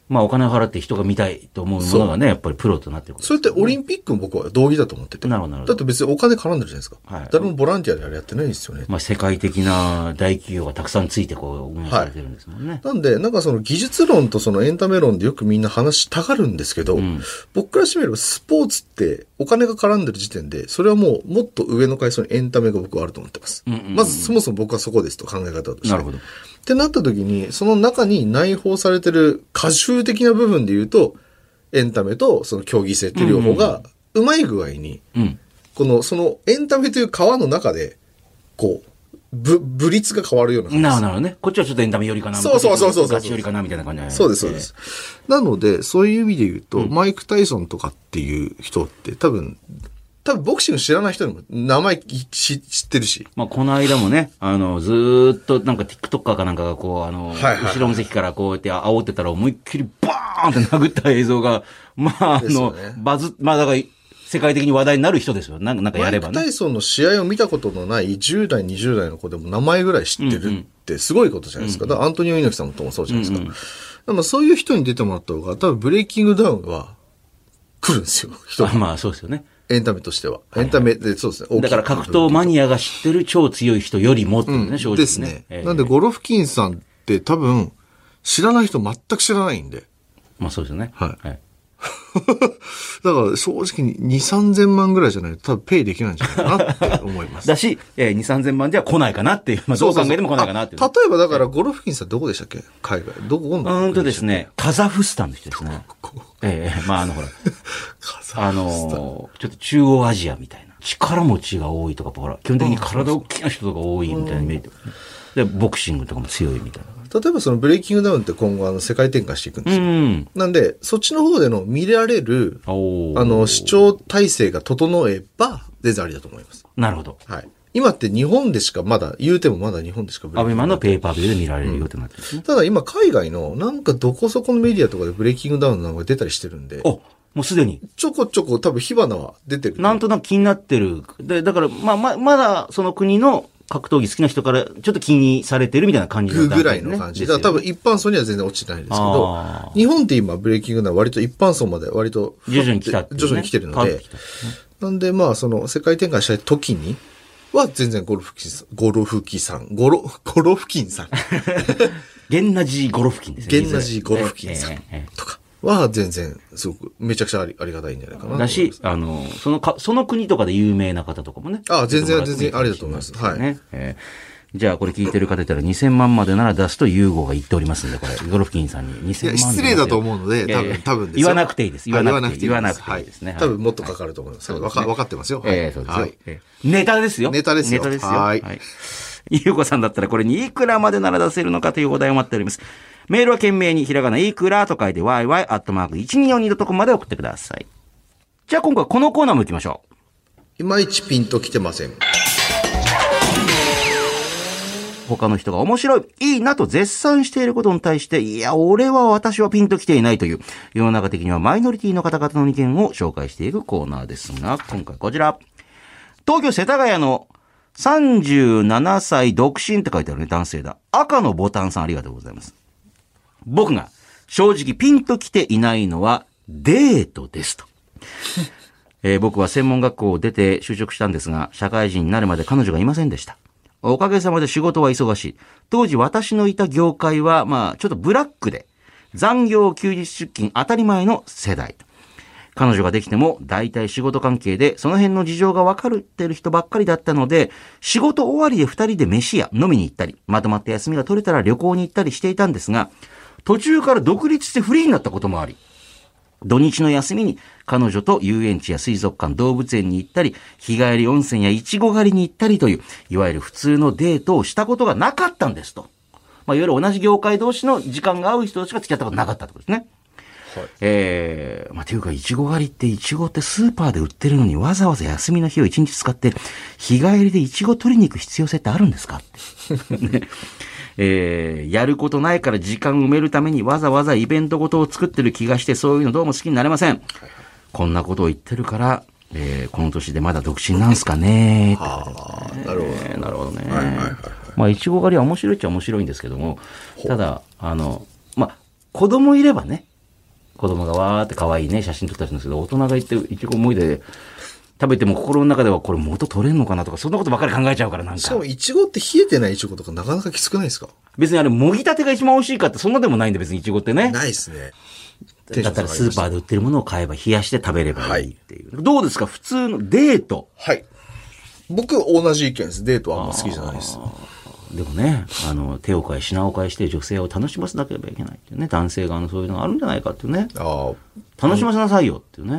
まあお金を払って人が見たいと思うものがね、やっぱりプロとなってくる、ね。 それってオリンピックも僕は同義だと思ってて。 なるほど、なるほど。 だって別にお金絡んでるじゃないですか。はい。誰もボランティアであれやってないんですよね。 まあ世界的な大企業がたくさんついてこう運営されてるんですもんね。 はい。なんで、なんかその技術論とそのエンタメ論でよくみんな話したがるんですけど、うん、僕からしてみればスポーツってお金が絡んでる時点で、それはもうもっと上の階層にエンタメが僕はあると思ってます。うんうんうん、まずそもそも僕はそこですと考え方として。 なるほど。 ってなった時に、その中に内包されてる過重的な部分で言うと、エンタメとその競技性って両方が、うまい具合に、うん、この、そのエンタメという川の中で、こう、ぶ、ぶ率が変わるような感じです。 なるほどね。こっちはちょっとエンタメ寄りかな。 そうそうそうそう。 ガチ寄りかなみたいな感じ。 そうです、そうです。なので、そういう意味で言うと、うん、マイク・タイソンとかっていう人って多分、多分ボクシング知らない人にも名前知ってるし。 まあ、この間もね、あの、ずーっとなんか TikToker かなんかがこう、あの、はいはいはい、後ろの席からこうやって煽ってたら思いっきりバーンって殴った映像が、まあ、あの、ね、バズ、まあだから、世界的に話題になる人ですよ。なんか、なんかやればね。 マイク・タイソンの試合を見たことのないじゅう代、にじゅう代の子でも名前ぐらい知ってるってすごいことじゃないですか。うんうん、だからアントニオ猪木さんともそうじゃないですか。うんうん、でもそういう人に出てもらった方が、多分ブレイキングダウンは来るんですよ。人あまあそうですよね。 エンタメとしては。エンタメで、そうですね。 だから格闘マニアが知ってる超強い人よりもってね、うん、正直ね。 ですね。えー、なんで、ゴロフキンさんって多分、知らない人全く知らないんで。 まあそうですよね。 はい。はい、だから正直にに、さんぜんまんぐらいじゃないと多分ペイできないんじゃないかなって思います。 だし、えー、に、さんぜんまんじゃ来ないかなっていう。まあどう考えても来ないかなっていう。 そうそうそう。例えばだから、ゴロフキンさんどこでしたっけ海外。どこ、 うんとですね、カザフスタンの人ですね。ええー、まああのほら。あのー、ちょっと中央アジアみたいな。力持ちが多いとか、ほら、基本的に体大きな人が多いみたいなイメージ、ね。で、ボクシングとかも強いみたいな。 例えばそのブレイキングダウンって今後あの世界展開していくんですよ。うん、なんで、そっちの方での見られる、あの、視聴体制が整えば、全然ありだと思います。 なるほど。 はい。今って日本でしかまだ、言うてもまだ日本でしかブレイキングダウン。アベマのペーパービューで見られるよってなってるんですね、 うん。ただ今海外のなんかどこそこのメディアとかでブレイキングダウンの名前出たりしてるんで。 おもうすでに。 ちょこちょこ多分火花は出てる。 なんとなく気になってる。で、だから、まあ、ま、まだその国の格闘技好きな人からちょっと気にされてるみたいな感じの、ね、ぐらいの感じ。だから多分一般層には全然落ちてないですけど、日本って今ブレイキングダウン割と一般層まで割と徐々に来たって、ね、 徐々に来てるので、ね、なんでまあその世界展開したい時には全然ゴロフキンさん、ゴロフキさん、ゴロ、ゴロフキンさん。 ゲンナジーゴロフキンですね。 ゲンナジーゴロフキンさんとか。は全然すごくめちゃくちゃあり、ありがたいんじゃないかな。 だし、あの、そのか、その国とかで有名な方とかもね。 ああ、全然、全然ありだと思います。はい。 ねえー、じゃあこれ聞いてる方いたらにせんまんまでなら出すとユーゴが言っておりますんで、これ、ゴロフキンさんににせんまん。 失礼だと思うので、多分、多分ですよ。 言わなくていいです。言わなくていい。言わなくていいですね。 多分もっとかかると思います。わか、わかってますよ。 ええ、そうですよ。ネタですよ。 ネタですよ。 ネタですよ。はい。ユーゴさんだったらこれにいくらまでなら出せるのかというお題を待っております。メールは懸命にひらがないくらと書いて ワイワイアットマークいちにーよんにードットコム まで送ってください。じゃあ今回このコーナーも行きましょう。いまいちピンときてません。 他の人が面白い、いいなと絶賛していることに対して、いや、俺は私はピンときていないという、世の中的にはマイノリティの方々の意見を紹介していくコーナーですが、今回こちら。東京世田谷のさんじゅうななさい独身って書いてあるね、男性だ。赤のボタンさんありがとうございます。僕が正直ピンときていないのはデートですと。えー、僕は専門学校を出て就職したんですが、社会人になるまで彼女がいませんでした。おかげさまで仕事は忙しい。当時私のいた業界は、まあ、ちょっとブラックで、残業休日出勤当たり前の世代。彼女ができても、大体仕事関係で、その辺の事情が分かってる人ばっかりだったので、仕事終わりで二人で飯や飲みに行ったり、まとまった休みが取れたら旅行に行ったりしていたんですが、途中から独立してフリーになったこともあり、土日の休みに彼女と遊園地や水族館、動物園に行ったり、日帰り温泉やイチゴ狩りに行ったりという、いわゆる普通のデートをしたことがなかったんですと。まあ、いわゆる同じ業界同士の時間が合う人としか付き合ったことなかったってことですね。はい、えー、まあ、ていうか、イチゴ狩りってイチゴってスーパーで売ってるのにわざわざ休みの日を一日使って、日帰りでイチゴ取りに行く必要性ってあるんですかって。ねえー、やることないから時間を埋めるためにわざわざイベントごとを作ってる気がして、そういうのどうも好きになれません。こんなことを言ってるから、えー、この年でまだ独身なんすかねーって、ね。なるほど、えー。なるほどね。はいはいはい、まあ、イチゴ狩りは面白いっちゃ面白いんですけども、ただ、あの、まあ、子供いればね、 子供がわーって可愛いね、写真撮ったりするんですけど、大人が行っていちご思い出で食べても心の中ではこれ元取れんのかなとか、そんなことばっかり考えちゃうからなんか。 しかもいちごって冷えてないいちごとかなかなかきつくないですか？ 別にあれ、もぎたてが一番美味しいかってそんなでもないんで別にいちごってね。 ないですね。 だったらスーパーで売ってるものを買えば冷やして食べればいいっていう。はい、どうですか普通のデート。 はい。僕同じ意見です。デートはあんま好きじゃないです。 でもね、あの、手を変え品を変えして女性を楽しませなければいけないっていうね、男性側のそういうのがあるんじゃないかっていうね。あ楽しませなさいよっていうね。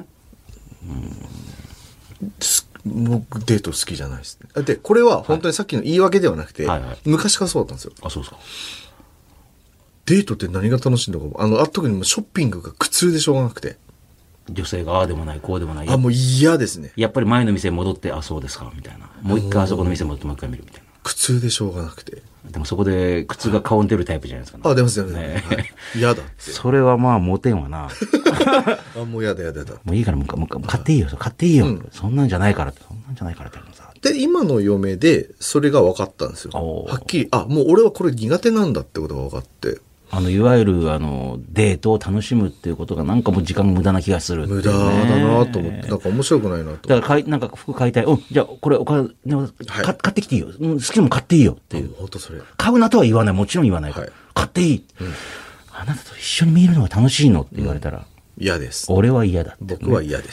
うん、僕デート好きじゃないですね。で、これは本当にさっきの言い訳ではなくて、はいはいはい、昔からそうだったんですよ。 あ、そうですか。 デートって何が楽しいのかも、あの、あ特にショッピングが苦痛でしょうがなくて。 女性がああでもない、こうでもない。 あ、もう嫌ですね。 やっぱり前の店に戻って、あ、そうですか、みたいな。もう一回あそこの店に戻ってもう一回見るみたいな。 苦痛でしょうがなくて。 でもそこで苦痛が顔に出るタイプじゃないですか、ね。 あ、出ますよね。嫌、はい、だって。 それはまあ、モテんわな。 あ、もう嫌だ嫌だ嫌だ。 もういいから、もう、もう買っていいよ、買っていいよ、うん。そんなんじゃないからって、そんなんじゃないからってさ。 で、今の嫁で、それが分かったんですよ。はっきり、あ、もう俺はこれ苦手なんだってことが分かって。 あの、いわゆる、あの、デートを楽しむっていうことがなんかもう時間無駄な気がする、ね。 無駄だなと思って、なんか面白くないなと。 だから買い、なんか服買いたい。うん、じゃあこれお金、ねはい、買ってきていいよ。うん、好きなもん買っていいよっていう。 本当それ。 買うなとは言わない。もちろん言わない。はい、買っていい、うん。あなたと一緒に見るのが楽しいのって言われたら。 嫌、うん、です。 俺は嫌だって、 ね。僕は嫌です。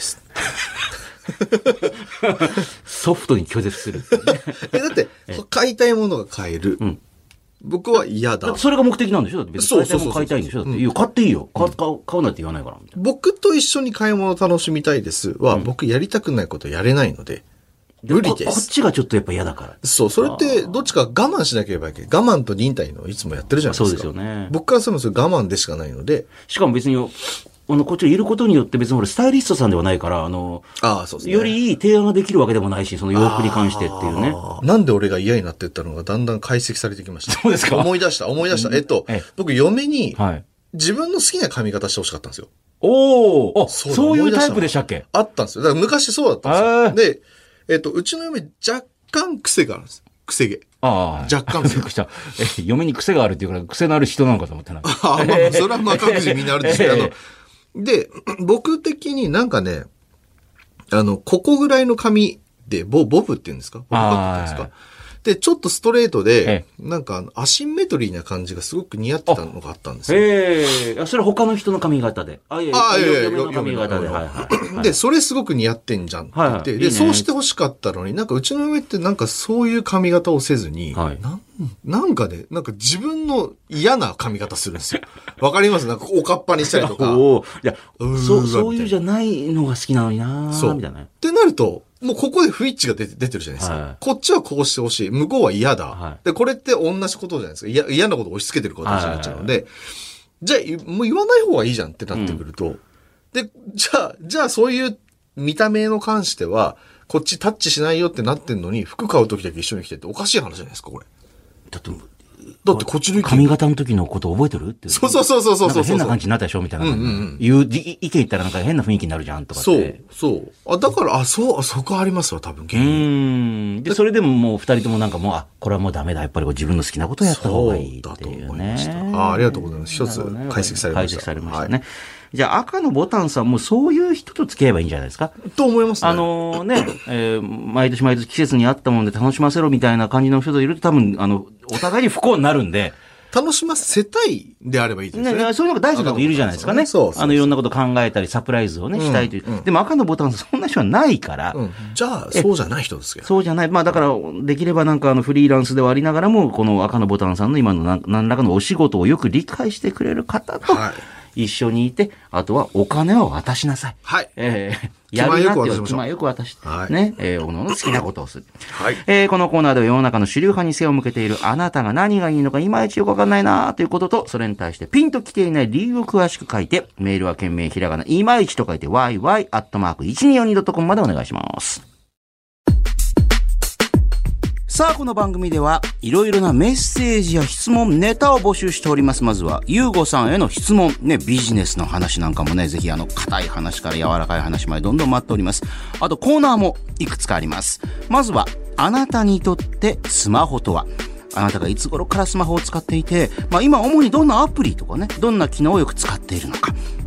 ソフトに拒絶するって、ね。 え、だって、買いたいものが買える。うん僕は嫌だ。 それが目的なんでしょだって別に買いたいもの買いたいんでしょだって、いや、買っていいよ。買う、買うなって言わないからみたいな。 僕と一緒に買い物楽しみたいですは、うん、僕やりたくないことやれないので、無理です。 こっちがちょっとやっぱ嫌だから。 そう、それってどっちか我慢しなければいけない。我慢と忍耐のいつもやってるじゃないですか。 そうですよね。 僕からするとそれ我慢でしかないので。 しかも別に、あの、こっちにいることによって別に俺スタイリストさんではないから、あの、 ああ、そうですね。 よりいい提案ができるわけでもないし、その洋服に関してっていうね。 なんで俺が嫌になってったのがだんだん解析されてきました。 そうですか。 思い出した、思い出した。えっと、ええ、僕嫁に、はい、自分の好きな髪型してほしかったんですよ。 おお、そう、そういうタイプでしたっけ？ あったんですよ。だから昔そうだったんですよ。で、えっと、うちの嫁若干癖があるんです。癖毛。 ああ。 若干癖。 え、嫁に癖があるっていうから、癖のある人なのかと思ってな。 ああ、まあ、それはまあ各自みんなあるんですけど、あの、で、僕的になんかね、あの、ここぐらいの髪で、ボ、ボブって言うんですかボブカットって言うんですかで、ちょっとストレートで、なんかアシンメトリーな感じがすごく似合ってたのがあったんですよ。 ええそれ他の人の髪型で。 あ、いやいや、あいやいやの髪型で。はいはい。 で、それすごく似合ってんじゃんって言って、で、そうして欲しかったのに、なんかうちの上ってなんかそういう髪型をせずに、はい、ななんかね、なんか自分の嫌な髪型するんですよ。わかりますなんかおかっぱにしたりとか。 おいや、そう、そういうじゃないのが好きなのになそう。みたいな。 ってなると、もうここで不一致が出て、出てるじゃないですか。はい、こっちはこうしてほしい。向こうは嫌だ、はい。で、これって同じことじゃないですか。嫌、嫌なことを押し付けてることになっちゃうので、はいはいはい、じゃあ、もう言わない方がいいじゃんってなってくると、うん、で、じゃあ、じゃあそういう見た目の関しては、こっちタッチしないよってなってんのに、服買うときだけ一緒に来てっておかしい話じゃないですか、これ。 だって、 だってこっちの意見。 髪型の時のこと覚えてるって。 そうそうそうそうそうそう。 変な感じになったでしょみたいな。うんうんうん。いう意見言ったらなんか変な雰囲気になるじゃんとかって。 そう。そう。あ、だから、あ、そう、そこありますわ、多分。 うん。で、それでももう二人ともなんかもう、あ、これはもうダメだ。やっぱり自分の好きなことをやった方がいいっていうね。そうだと思いました。 あ、ありがとうございます。一つ解析されました。 解析されましたね。はい、じゃあ赤のボタンさんもそういう人と付き合えばいいんじゃないですかと思いますね。 あのね、えー、毎年毎年季節に合ったもので楽しませろみたいな感じの人といると多分、あの、お互いに不幸になるんで、 楽しませたいであればいいですね。 ねそういうのが大事な方いるじゃないですかね。そうそうそうあの、いろんなこと考えたり、サプライズをね、したいという。うんうん、でも赤のボタンさんそんな人はないから。うん、 じゃあ、そうじゃない人ですけど。 そうじゃない。まあだから、できればなんかあの、フリーランスではありながらも、この赤のボタンさんの今の何何らかのお仕事をよく理解してくれる方と、はい一緒にいて、あとはお金を渡しなさい。 はい。 えー、やるなって気前よく渡して、はい、ね、えー、おのの好きなことをする。はい。えー、このコーナーでは世の中の主流派に背を向けているあなたが何がいいのかいまいちよくわかんないなということと、それに対してピンと来ていない理由を詳しく書いて、メールは懸命ひらがないまいちと書いて ワイワイアットマークいちにーよんにードットコム までお願いします。さあ、この番組ではいろいろなメッセージや質問、ネタを募集しております。まずは、ゆうごさんへの質問、ね、ビジネスの話なんかもね、ぜひあの、硬い話から柔らかい話までどんどん待っております。あと、コーナーもいくつかあります。まずは、あなたにとってスマホとは？あなたがいつ頃からスマホを使っていて、まあ今主にどんなアプリとかね、どんな機能をよく使っているのか。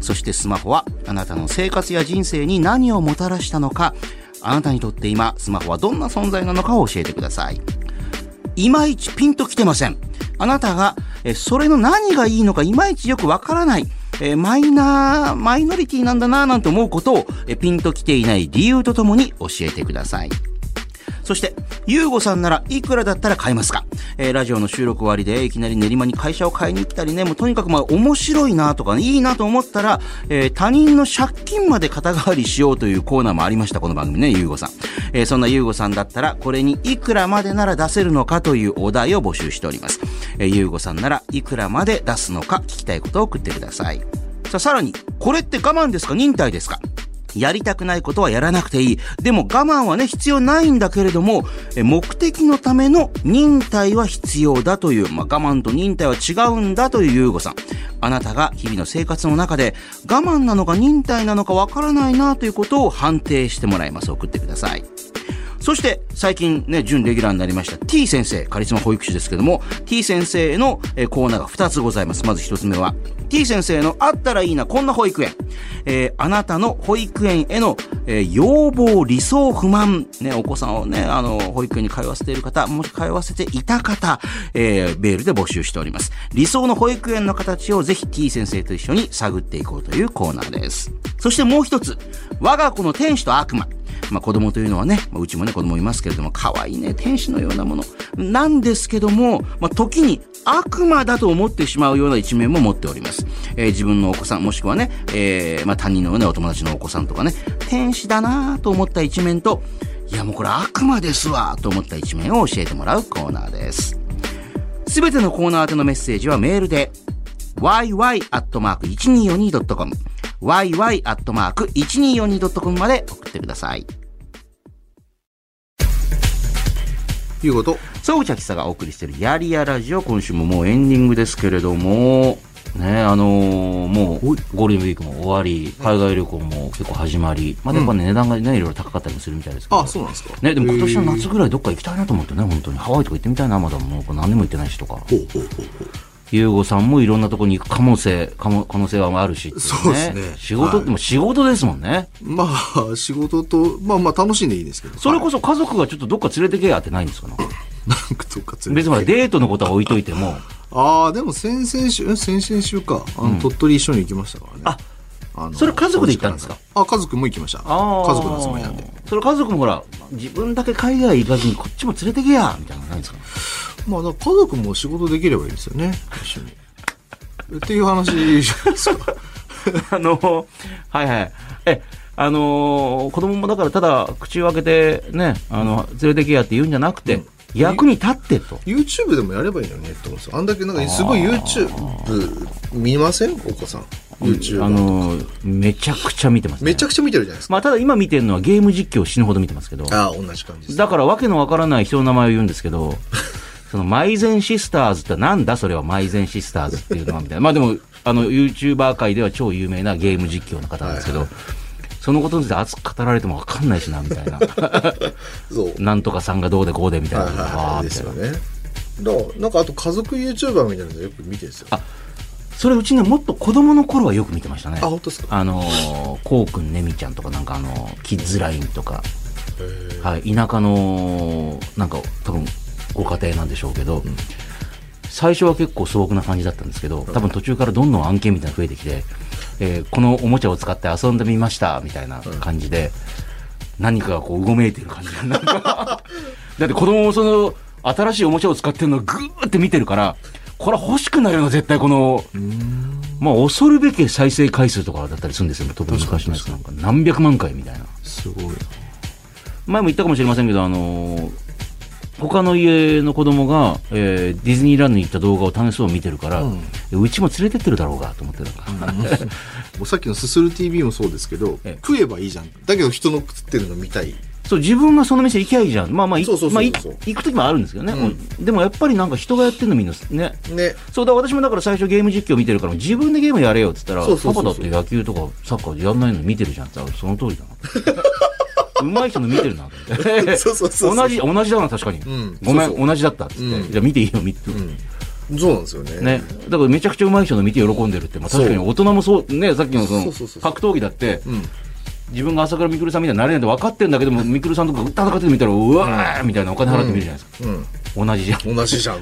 そしてスマホはあなたの生活や人生に何をもたらしたのか、あなたにとって今スマホはどんな存在なのかを教えてください。いまいちピンときてません。あなたがえそれの何がいいのかいまいちよくわからない、えマイナーマイノリティなんだななんて思うことをえピンときていない理由とともに教えてください。そして、ゆうごさんならいくらだったら買いますか？えー、ラジオの収録終わりでいきなり練馬に会社を買いに来たりね、もうとにかくまあ面白いなとか、ね、いいなと思ったら、えー、他人の借金まで肩代わりしようというコーナーもありました、この番組ね、ゆうごさん。えー、そんなゆうごさんだったら、これにいくらまでなら出せるのかというお題を募集しております。えー、ゆうごさんならいくらまで出すのか聞きたいことを送ってください。さあ、さらに、これって我慢ですか？忍耐ですか？やりたくないことはやらなくていい。でも我慢はね、必要ないんだけれども、目的のための忍耐は必要だという、まあ、我慢と忍耐は違うんだというゆうごさん。あなたが日々の生活の中で我慢なのか忍耐なのかわからないなということを判定してもらいます。送ってください。そして最近ね、準レギュラーになりました T 先生、カリスマ保育士ですけども、 T 先生のコーナーがふたつございます。まずひとつめは T 先生のあったらいいなこんな保育園、えー、あなたの保育園への、えー、要望、理想、不満、ね、お子さんをね、あの保育園に通わせている方、もし通わせていた方、えー、メールで募集しております。理想の保育園の形をぜひ T 先生と一緒に探っていこうというコーナーです。そしてもう一つ、我が子の天使と悪魔。まあ子供というのはね、まあ、うちもね子供いますけれども、可愛いね、天使のようなものなんですけども、まあ時に悪魔だと思ってしまうような一面も持っております。えー、自分のお子さん、もしくはね、えー、まあ他人のね、お友達のお子さんとかね、天使だなと思った一面と、いやもうこれ悪魔ですわと思った一面を教えてもらうコーナーです。すべてのコーナー宛てのメッセージはメールで ワイワイアットマークいちにーよんにードットコム ワイワイアットマークいちにーよんにードットコム まで送ってください。 いうこと。 総口秋さがお送りしているやりやラジオ、今週ももうエンディングですけれども、ね、あのー、もうゴールデンウィークも終わり、海外旅行も結構始まり、まあでもね、うん、値段がね、いろいろ高かったりもするみたいですけど。 あ、そうなんですか。 ね、でも今年の夏ぐらいどっか行きたいなと思ってね、本当に。ハワイとか行ってみたいな、まだもう何年も行ってないしとか。ほうほうほうほう。ゆうごさんもいろんなところに行く可能性、可能性はあるし、ね。 そうですね。 仕事っても仕事ですもんね。はい、 まあ、仕事と、まあまあ楽しんでいいですけど。 それこそ家族がちょっとどっか連れてけやってないんですかね。 なんかどっか連れてけ。 別にデートのことは置いといても。 ああ、でも先々週、先々週か。あの、うん、鳥取一緒に行きましたからね。 あ、あのそれ家族で行ったんですか？ あ、家族も行きました。家族の集まりなんで。 それ家族もほら、自分だけ海外行かずにこっちも連れてけや、みたいなのないんですか？ まあ、だから家族も仕事できればいいですよね。一緒に。っていう話じゃないですか。 あの、はいはい。え、あのー、子供もだからただ口を開けてね、あの、連れてけやって言うんじゃなくて、うん、役に立ってと。 YouTube でもやればいいのにねって思うんですよ。あんだけなんかすごい YouTube 見ません？お子さん。YouTube。 あのー、めちゃくちゃ見てますね。 めちゃくちゃ見てるじゃないですか。 まあただ今見てるのはゲーム実況を死ぬほど見てますけど。 ああ、同じ感じです。 だからわけのわからない人の名前を言うんですけど、そのマイゼンシスターズってなんだそれはマイゼンシスターズっていうのはみたいな。まあでも、あの YouTuber 界では超有名なゲーム実況の方なんですけど、はいはい、そのことについて熱く語られてもわかんないしなみたいな。そうなんとかさんがどうでこうでみたいな。はいはいはい、ですよね。 だからなんかあと家族 YouTuber みたいなのよく見てるんですよ。 あ、それうちね、もっと子供の頃はよく見てましたね。 あ、本当ですか。 あのこうくんねみちゃんとかなんかあのキッズラインとか、はい、田舎のなんか多分ご家庭なんでしょうけど、うん、最初は結構素朴な感じだったんですけど、多分途中からどんどん案件みたいなの増えてきて、えー、このおもちゃを使って遊んでみましたみたいな感じで、何かがこううごめいている感じなんかだって子供もその新しいおもちゃを使ってるのをグーって見てるから、これ欲しくなるよな絶対。このまあ恐るべき再生回数とかだったりするんですよ。特に昔のやつなんか何百万回みたいな。 すごい。 前も言ったかもしれませんけど、あのー他の家の子供が、えー、ディズニーランドに行った動画を楽しそうに見てるから、うん、うちも連れてってるだろうがと思ってるから、うん、もうさっきのすする ティーブイ もそうですけど、ええ、食えばいいじゃん。だけど人の食ってるの見たい。 そう自分がその店行きゃいいじゃん。まあまあ行く時もあるんですけどね、うん、でもやっぱりなんか人がやってるのみんなね。ね。そうだ、私もだから最初ゲーム実況見てるから自分でゲームやれよっつったら、パパだって野球とかサッカーやんないの見てるじゃんって。その通りだな。うまい人の見てるなと思ってそうそうそうそう同じ同じだな確かに、うん、ごめんそうそう同じだったっつって、うん、じゃあ見ていいよ見て、うん、 そうなんですよね。 ね。だからめちゃくちゃ上手い人の見て喜んでるって、まあ確かに大人もそう、ね、さっきのその、格闘技だって、うん、自分が朝倉未来さんみたいになれないって分かってるんだけども、未来さんとか戦ってみたら、うわーみたいなお金払ってみるじゃないですか。うんうん、同じじゃん。 同じじゃん。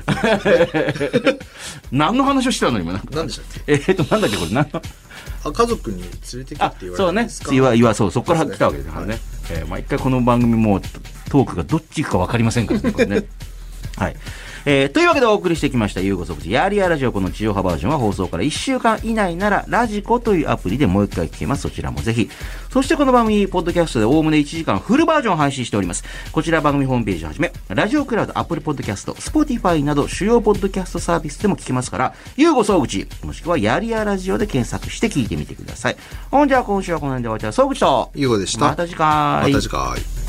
何の話をしてたの今。 何でしたっけ？ えー、っと、なんだっけこれ、何のあ、家族に連れてきてって言われたんですか？ そうね。次は、岩、そう、そこから来たわけですからね。はい、えー、毎回この番組もトークがどっち行くか分かりませんからね、これね。はい。えー、というわけでお送りしてきましたゆうご即時やりやラジオ。この地上波バージョンは放送からいっしゅうかん以内ならラジコというアプリでもう一回聞けます。そちらもぜひ。そしてこの番組ポッドキャストでおおむねいちじかんフルバージョンを配信しております。こちら番組ホームページをはじめラジオクラウド、アップルポッドキャスト、スポティファイなど主要ポッドキャストサービスでも聞けますから、ゆうご総口もしくはやりやラジオで検索して聞いてみてください。ほんじゃあ今週はこの辺で終わっちゃう。総口とゆうごでした。 また次回。 また次回。